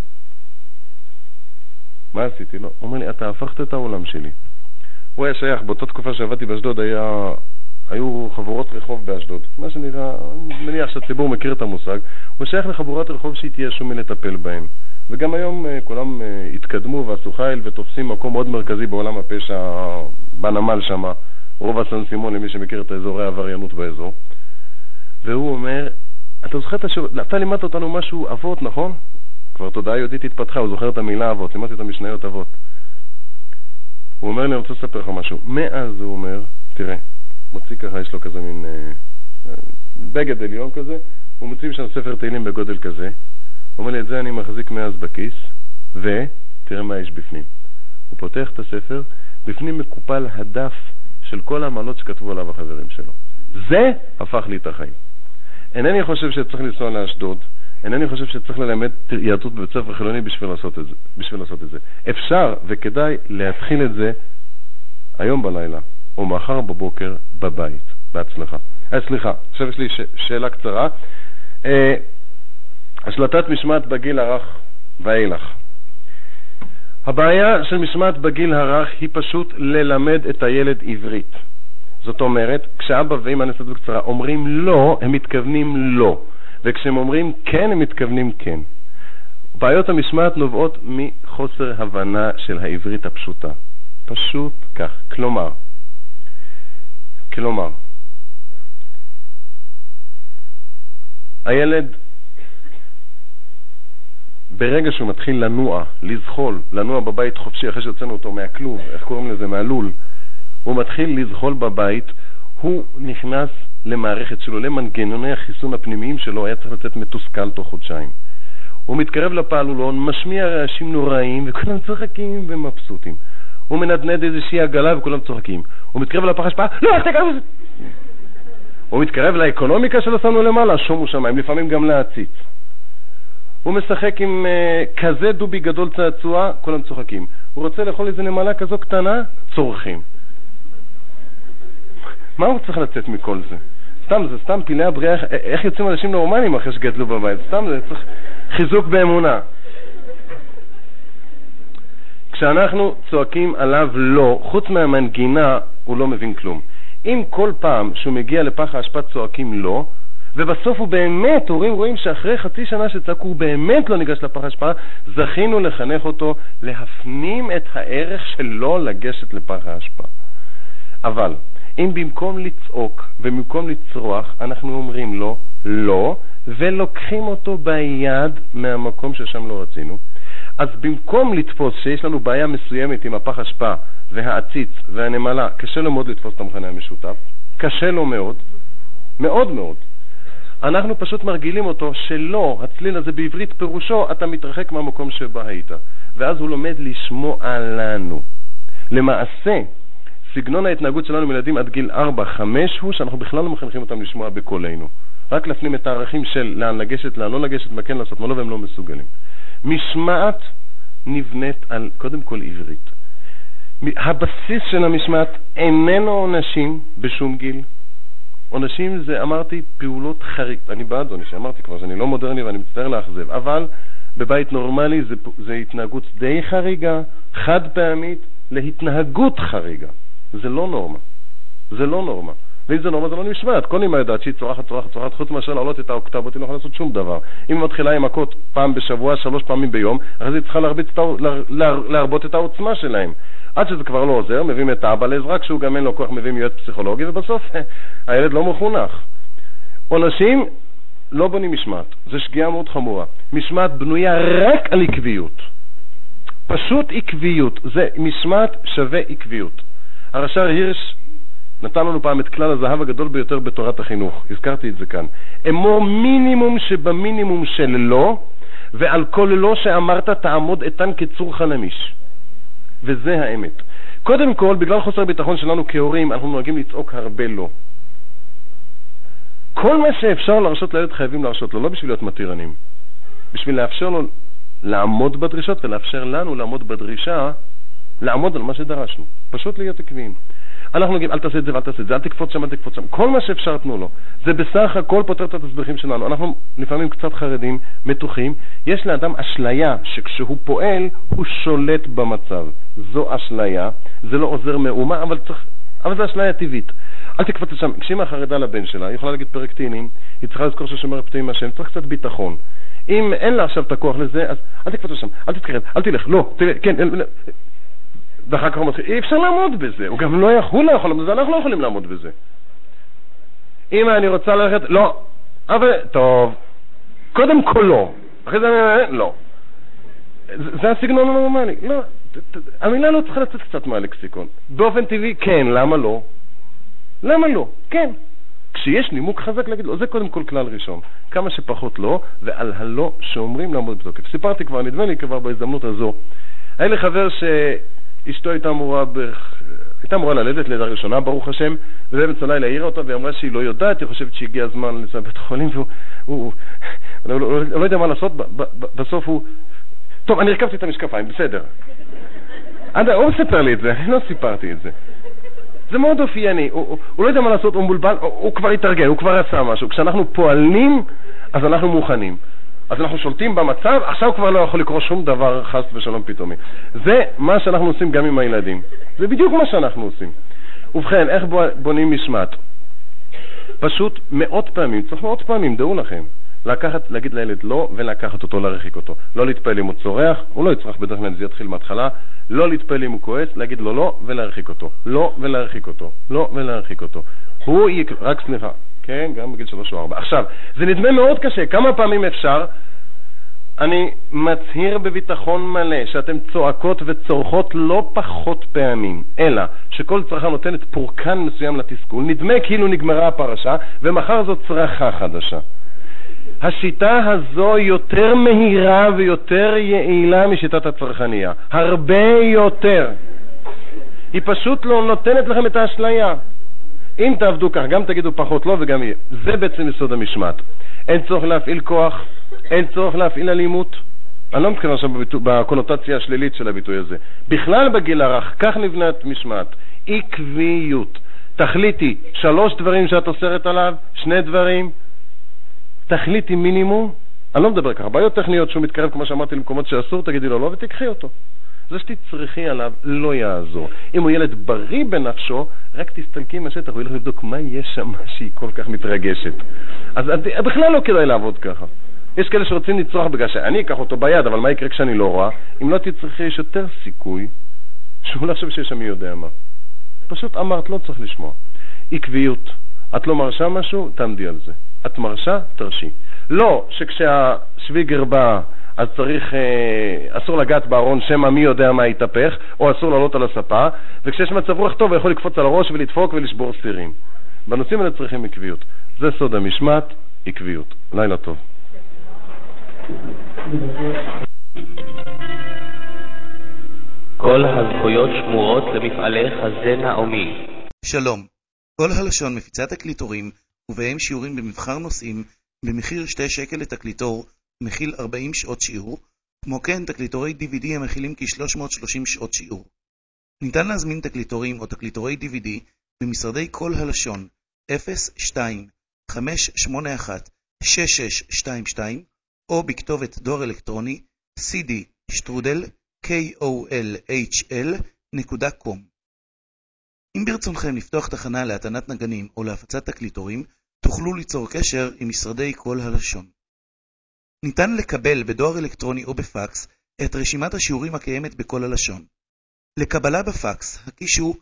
מה עשיתי? לא. הוא אומר לי, אתה הפכת את העולם שלי. הוא היה שייך, באותה תקופה שעבדתי באשדוד, היו חבורות רחוב באשדוד. מה שנראה, אני מניח שהציבור מכיר את המושג. הוא שייך לחבורת רחוב שהתייאשו מלטפל בהם. וגם היום כולם התקדמו ועשו חיל ותופסים מקום מאוד מרכזי בעולם הפשע בנמל שם, רובע סן סימון, למי שמכיר את האזורי העבריינות באזור. והוא אומר, אתה זוכר את השירות, אתה לימדת אותנו משהו אבות, נכון? כבר תודעה יהודית התפתחה, הוא זוכר את המילה אבות, לימדתי את המשניות אבות. הוא אומר לי, אני רוצה לספר לך משהו. מאז הוא אומר, תראה, מוציא ככה, יש לו כזה מין בגד עליון כזה, הוא מוציא שם ספר תהילים בגודל כזה, הוא אומר לי, את זה אני מחזיק מאז בכיס, ותראה מה יש בפנים. הוא פותח את הספר, בפנים מקופל הדף של כל המעלות שכתבו עליו החברים שלו. זה הפך לי את החיים. אינני חושב שצריך לנסוע לאשדוד, אינני חושב שצריך ללמד יהדות בבית ספר חילוני בשביל לעשות את זה. אפשר וכדאי להתחיל את זה היום בלילה, או מחר בבוקר בבית, בהצלחה. סליחה, עכשיו יש לי שאלה קצרה. השלטת משמעת בגיל הרך ואילך. הבעיה של משמעת בגיל הרך היא פשוט ללמד את הילד עברית. זאת אומרת, כשאבא ואמא, אני אעשה את זה בקצרה, אומרים לא, הם מתכוונים לא. וכשהם אומרים כן, הם מתכוונים כן. בעיות המשמעת נובעות מחוסר הבנה של העברית הפשוטה. פשוט כך. כלומר, הילד, ברגע שהוא מתחיל לנוע בבית חופשי, אחרי שיוצאנו אותו מהכלוב, איך קוראים לזה, מהלול, הוא מתחיל לזחול בבית, הוא נכנס למערכת שלו, למנגנוני החיסון הפנימיים שלו, היה צריך לצאת מתוסכל תוך חודשיים. הוא מתקרב לפעלולון, משמיע רעשים נוראים, וכולם צוחקים ומבסוטים. הוא מנדנד איזושהי עגלה וכולם צוחקים. הוא מתקרב לפח השפעה, לא, איך תקרב את זה? הוא מתקרב לאקונומיקה שלו שמנו למעלה, שומו שמיים, לפעמים גם להציץ. הוא משחק עם כזה דובי גדול צעצוע, כולם צוחקים. הוא רוצה לאכול איזה נמלה כזו קטנה, צורכים. מה הוא צריך לצאת מכל זה? זה סתם פילי הבריאה, איך יוצאים אנשים נורמליים אחרי שגדלו בבית? סתם זה צריך חיזוק באמונה. כשאנחנו צועקים עליו לא, חוץ מהמנגינה, הוא לא מבין כלום. אם כל פעם שהוא מגיע לפח האשפה צועקים לא, ובסוף הוא באמת, רואים שאחרי חצי שנה שצעקו, הוא באמת לא ניגש לפח האשפה, זכינו לחנך אותו להפנים את הערך של לא לגשת לפח האשפה. אבל אם במקום לצעוק ובמקום לצרוח, אנחנו אומרים לו לא, ולוקחים אותו ביד מהמקום ששם לא רצינו, אז במקום לתפוס שיש לנו בעיה מסוימת עם הפח אשפה והעציץ והנמלה, קשה לו מאוד לתפוס את המכנה המשותף, קשה לו מאוד, מאוד מאוד. אנחנו פשוט מרגילים אותו שלא, הצליל הזה בעברית פירושו, אתה מתרחק מהמקום שבה היית. ואז הוא לומד לשמוע לנו. למעשה, סגנון ההתנהגות שלנו עם ילדים עד גיל 4-5 הוא שאנחנו בכלל לא מחנכים אותם לשמוע בקולנו. רק להפנים את הערכים של לאן לגשת, לאן לא לגשת, מה כן לעשות, מה לא, והם לא מסוגלים. משמעת נבנית על קודם כל עברית. הבסיס של המשמעת איננו עונשים בשום גיל. עונשים זה, אמרתי, פעולות חריגות. אני בעד עונשים, אמרתי כבר שאני לא מודרני ואני מצטער לאכזב, אבל בבית נורמלי זה התנהגות די חריגה, חד פעמית, להתנהגות חריגה. זה לא נורמה. זה לא נורמה. ואם זה נורמה זה לא נשמעת. כל אמא יודעת שהיא צורחת, חוץ מאשר לעלות את האוקטבות, היא לא יכולה לעשות שום דבר. אם היא מתחילה עם מכות פעם בשבוע, 3 פעמים ביום, אז היא צריכה להרבות את העוצמה שלהם. עד שזה כבר לא עוזר, מביאים את האבא לעזרה, כשהוא גם אין לו כוח מביאים יועץ פסיכולוגי, ובסוף הילד לא מחונך. עונשים לא בונים משמעת. זה שגיאה מאוד חמורה. משמעת בנויה רק על עקביות. פשוט עקביות. זה משמעת שווה עקביות. הרש"ר הירש נתן לנו פעם את כלל הזהב הגדול ביותר בתורת החינוך. הזכרתי את זה כאן. אמור מינימום שבמינימום של לא, ועל כל לא שאמרת תעמוד איתן כצור חלמיש. וזה האמת. קודם כל, בגלל חוסר ביטחון שלנו כהורים, אנחנו נוהגים לצעוק הרבה לא. כל מה שאפשר להרשות לילד חייבים להרשות לו, לא בשביל להיות מתירנים. בשביל לאפשר לו לעמוד בדרישות ולאפשר לנו לעמוד בדרישה, לעמוד על מה שדרשנו. פשוט להיות עקביים. אנחנו נגיד, אל תעשה את זה ואל תעשה את זה, אל תקפוץ שם, אל תקפוץ שם. כל מה שאפשר תנו לו. זה בסך הכל פותר את התסביכים שלנו. אנחנו לפעמים קצת חרדים, מתוחים. יש לאדם אשליה שכשהוא פועל, הוא שולט במצב. זו אשליה. זה לא עוזר מאומה, אבל זה אשליה טבעית. אל תקפוץ שם. כשאמא חרדה לבן שלה, היא יכולה להגיד פרק תהילים, היא צריכה לזכור ששומר פתאים השם, צריך קצת ביטחון. אם אין לה עכשיו את הכוח לזה, אז אל תקפוץ שם, אל תתקרב, אל תלך, לא, כן, ואחר כך הוא מתחיל, אי אפשר לעמוד בזה, הוא גם לא יכול לעמוד בזה, אנחנו לא יכולים לעמוד בזה. אמא, אני רוצה ללכת, לא, אבל, טוב, קודם כל לא, אחרי זה לא. זה הסגנון הנורמלי, לא, המילה לא צריכה לצאת קצת מהלקסיקון. באופן טבעי, כן, למה לא? למה לא? כן. כשיש נימוק חזק להגיד לו, זה קודם כל כלל ראשון. כמה שפחות לא, ועל הלא שאומרים לעמוד בתוקף. סיפרתי כבר, נדמה לי כבר בהזדמנות הזו. היה לי חבר שאשתו הייתה אמורה ללדת לידה ראשונה, ברוך השם, ובאמצע הלילה העירה אותה, והיא אמרה שהיא לא יודעת, היא חושבת שהגיע הזמן לנסוע בבית החולים, והוא לא יודע מה לעשות, בסוף הוא, טוב, אני הרכבתי את המשקפיים, בסדר. הוא מספר לי את זה, אני לא סיפרתי את זה. זה מאוד אופייני, הוא לא יודע מה לעשות, הוא מבולבל, הוא כבר התארגן, הוא כבר עשה משהו. כשאנחנו פועלים, אז אנחנו מוכנים. אז אנחנו שולטים במצב, עכשיו כבר לא יכול לקרוא שום דבר חס ושלום פתאומי. זה מה שאנחנו עושים גם עם הילדים. זה בדיוק מה שאנחנו עושים. ובכן, איך בונים משמעת? פשוט מאות פעמים, דעו לכם. להגיד לילד לא ולקחת אותו, להרחיק אותו. לא להתפעל אם הוא צורח, הוא לא יצרח בדרך כלל, זה יתחיל מההתחלה. לא להתפעל אם הוא כועס, להגיד לו לא ולהרחיק אותו. לא ולהרחיק אותו. לא ולהרחיק אותו. רק סליחה. כן, גם בגיל 3 או 4. עכשיו, זה נדמה מאוד קשה. כמה פעמים אפשר? אני מצהיר בביטחון מלא שאתם צועקות וצורכות לא פחות פעמים, אלא שכל צרחה נותנת פורקן מסוים לתסכול, נדמה כאילו נגמרה הפרשה ומחר זו צרחה חדשה. השיטה הזו יותר מהירה ויותר יעילה משיטת הצרכניה, הרבה יותר. היא פשוט לא נותנת לכם את האשליה. אם תעבדו כך, גם תגידו פחות לא וגם יהיה. זה בעצם יסוד המשמעת. אין צורך להפעיל כוח, אין צורך להפעיל אלימות. אני לא מתכוון עכשיו בקונוטציה השלילית של הביטוי הזה. בכלל בגיל הרך, כך נבנית משמעת. עקביות. תחליטי 3 דברים שאת אוסרת עליו, 2 דברים. תחליטי מינימום. אני לא מדבר ככה. בעיות טכניות שהוא מתקרב, כמו שאמרתי, למקומות שאסור, תגידי לו לא ותקחי אותו. זה שתצריכי עליו לא יעזור. אם הוא ילד בריא בנפשו, רק תסתלקי מהשטח וילך לבדוק מה יש שם שהיא כל כך מתרגשת. אז בכלל לא כדאי לעבוד ככה. יש כאלה שרוצים לצרוח בגלל שאני אקח אותו ביד, אבל מה יקרה כשאני לא רואה? אם לא תצריכי, יש יותר סיכוי שהוא לא חושב שיש שם מי יודע מה. פשוט אמרת, לא צריך לשמוע. עקביות. את לא מרשה משהו, תעמדי על זה. את מרשה, תרשי. לא שכשהשוויגר בא אז צריך, אסור לגעת בארון שמה מי יודע מה יתהפך, או אסור לעלות על הספה, וכשיש מצב רוח טוב, הוא יכול לקפוץ על הראש ולדפוק ולשבור סירים. בנושאים האלה צריכים עקביות. זה סוד המשמעת, עקביות. לילה טוב. כל הזכויות שמורות למפעלי חזה נעמי. שלום. כל הלשון מפיצה תקליטורים, ובהם שיעורים במבחר נושאים, במחיר 2 שקל לתקליטור, מכיל 40 שעות שיעור, כמו כן תקליטורי DVD המכילים כ-330 שעות שיעור. ניתן להזמין תקליטורים או תקליטורי DVD במשרדי כל הלשון 02-581-6622 או בכתובת דואר אלקטרוני cd@kolhl.com. אם ברצונכם לפתוח תחנה להתנת נגנים או להפצת תקליטורים, תוכלו ליצור קשר עם משרדי כל הלשון. ניתן לקבל בדואר אלקטרוני או בפקס את רשימת השיעורים הקיימת בכל הלשון. לקבלה בפקס, הקישו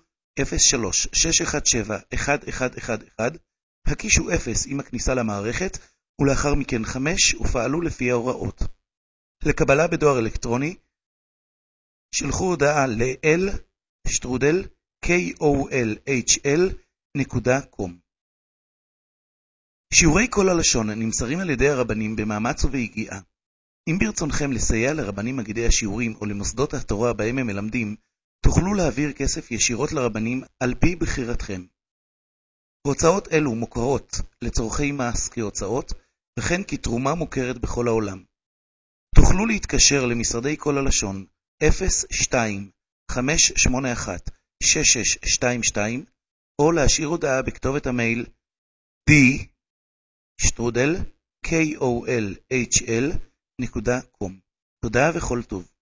03-617-1111, הקישו 0 עם הכניסה למערכת, ולאחר מכן 5 ופעלו לפי ההוראות. לקבלה בדואר אלקטרוני, שלחו הודעה l@kolhl.com. שיעורי כל הלשון נמסרים על ידי הרבנים במאמץ וביגיעה. אם ברצונכם לסייע לרבנים מגידי השיעורים או למוסדות התורה בהם הם מלמדים, תוכלו להעביר כסף ישירות לרבנים על פי בחירתכם. הוצאות אלו מוכרות לצורכי מס כהוצאות, וכן כתרומה מוכרת בכל העולם. תוכלו להתקשר למשרדי כל הלשון 02-581-6622 או להשאיר הודעה בכתובת המייל d@kolhl.com. תודה וכל טוב.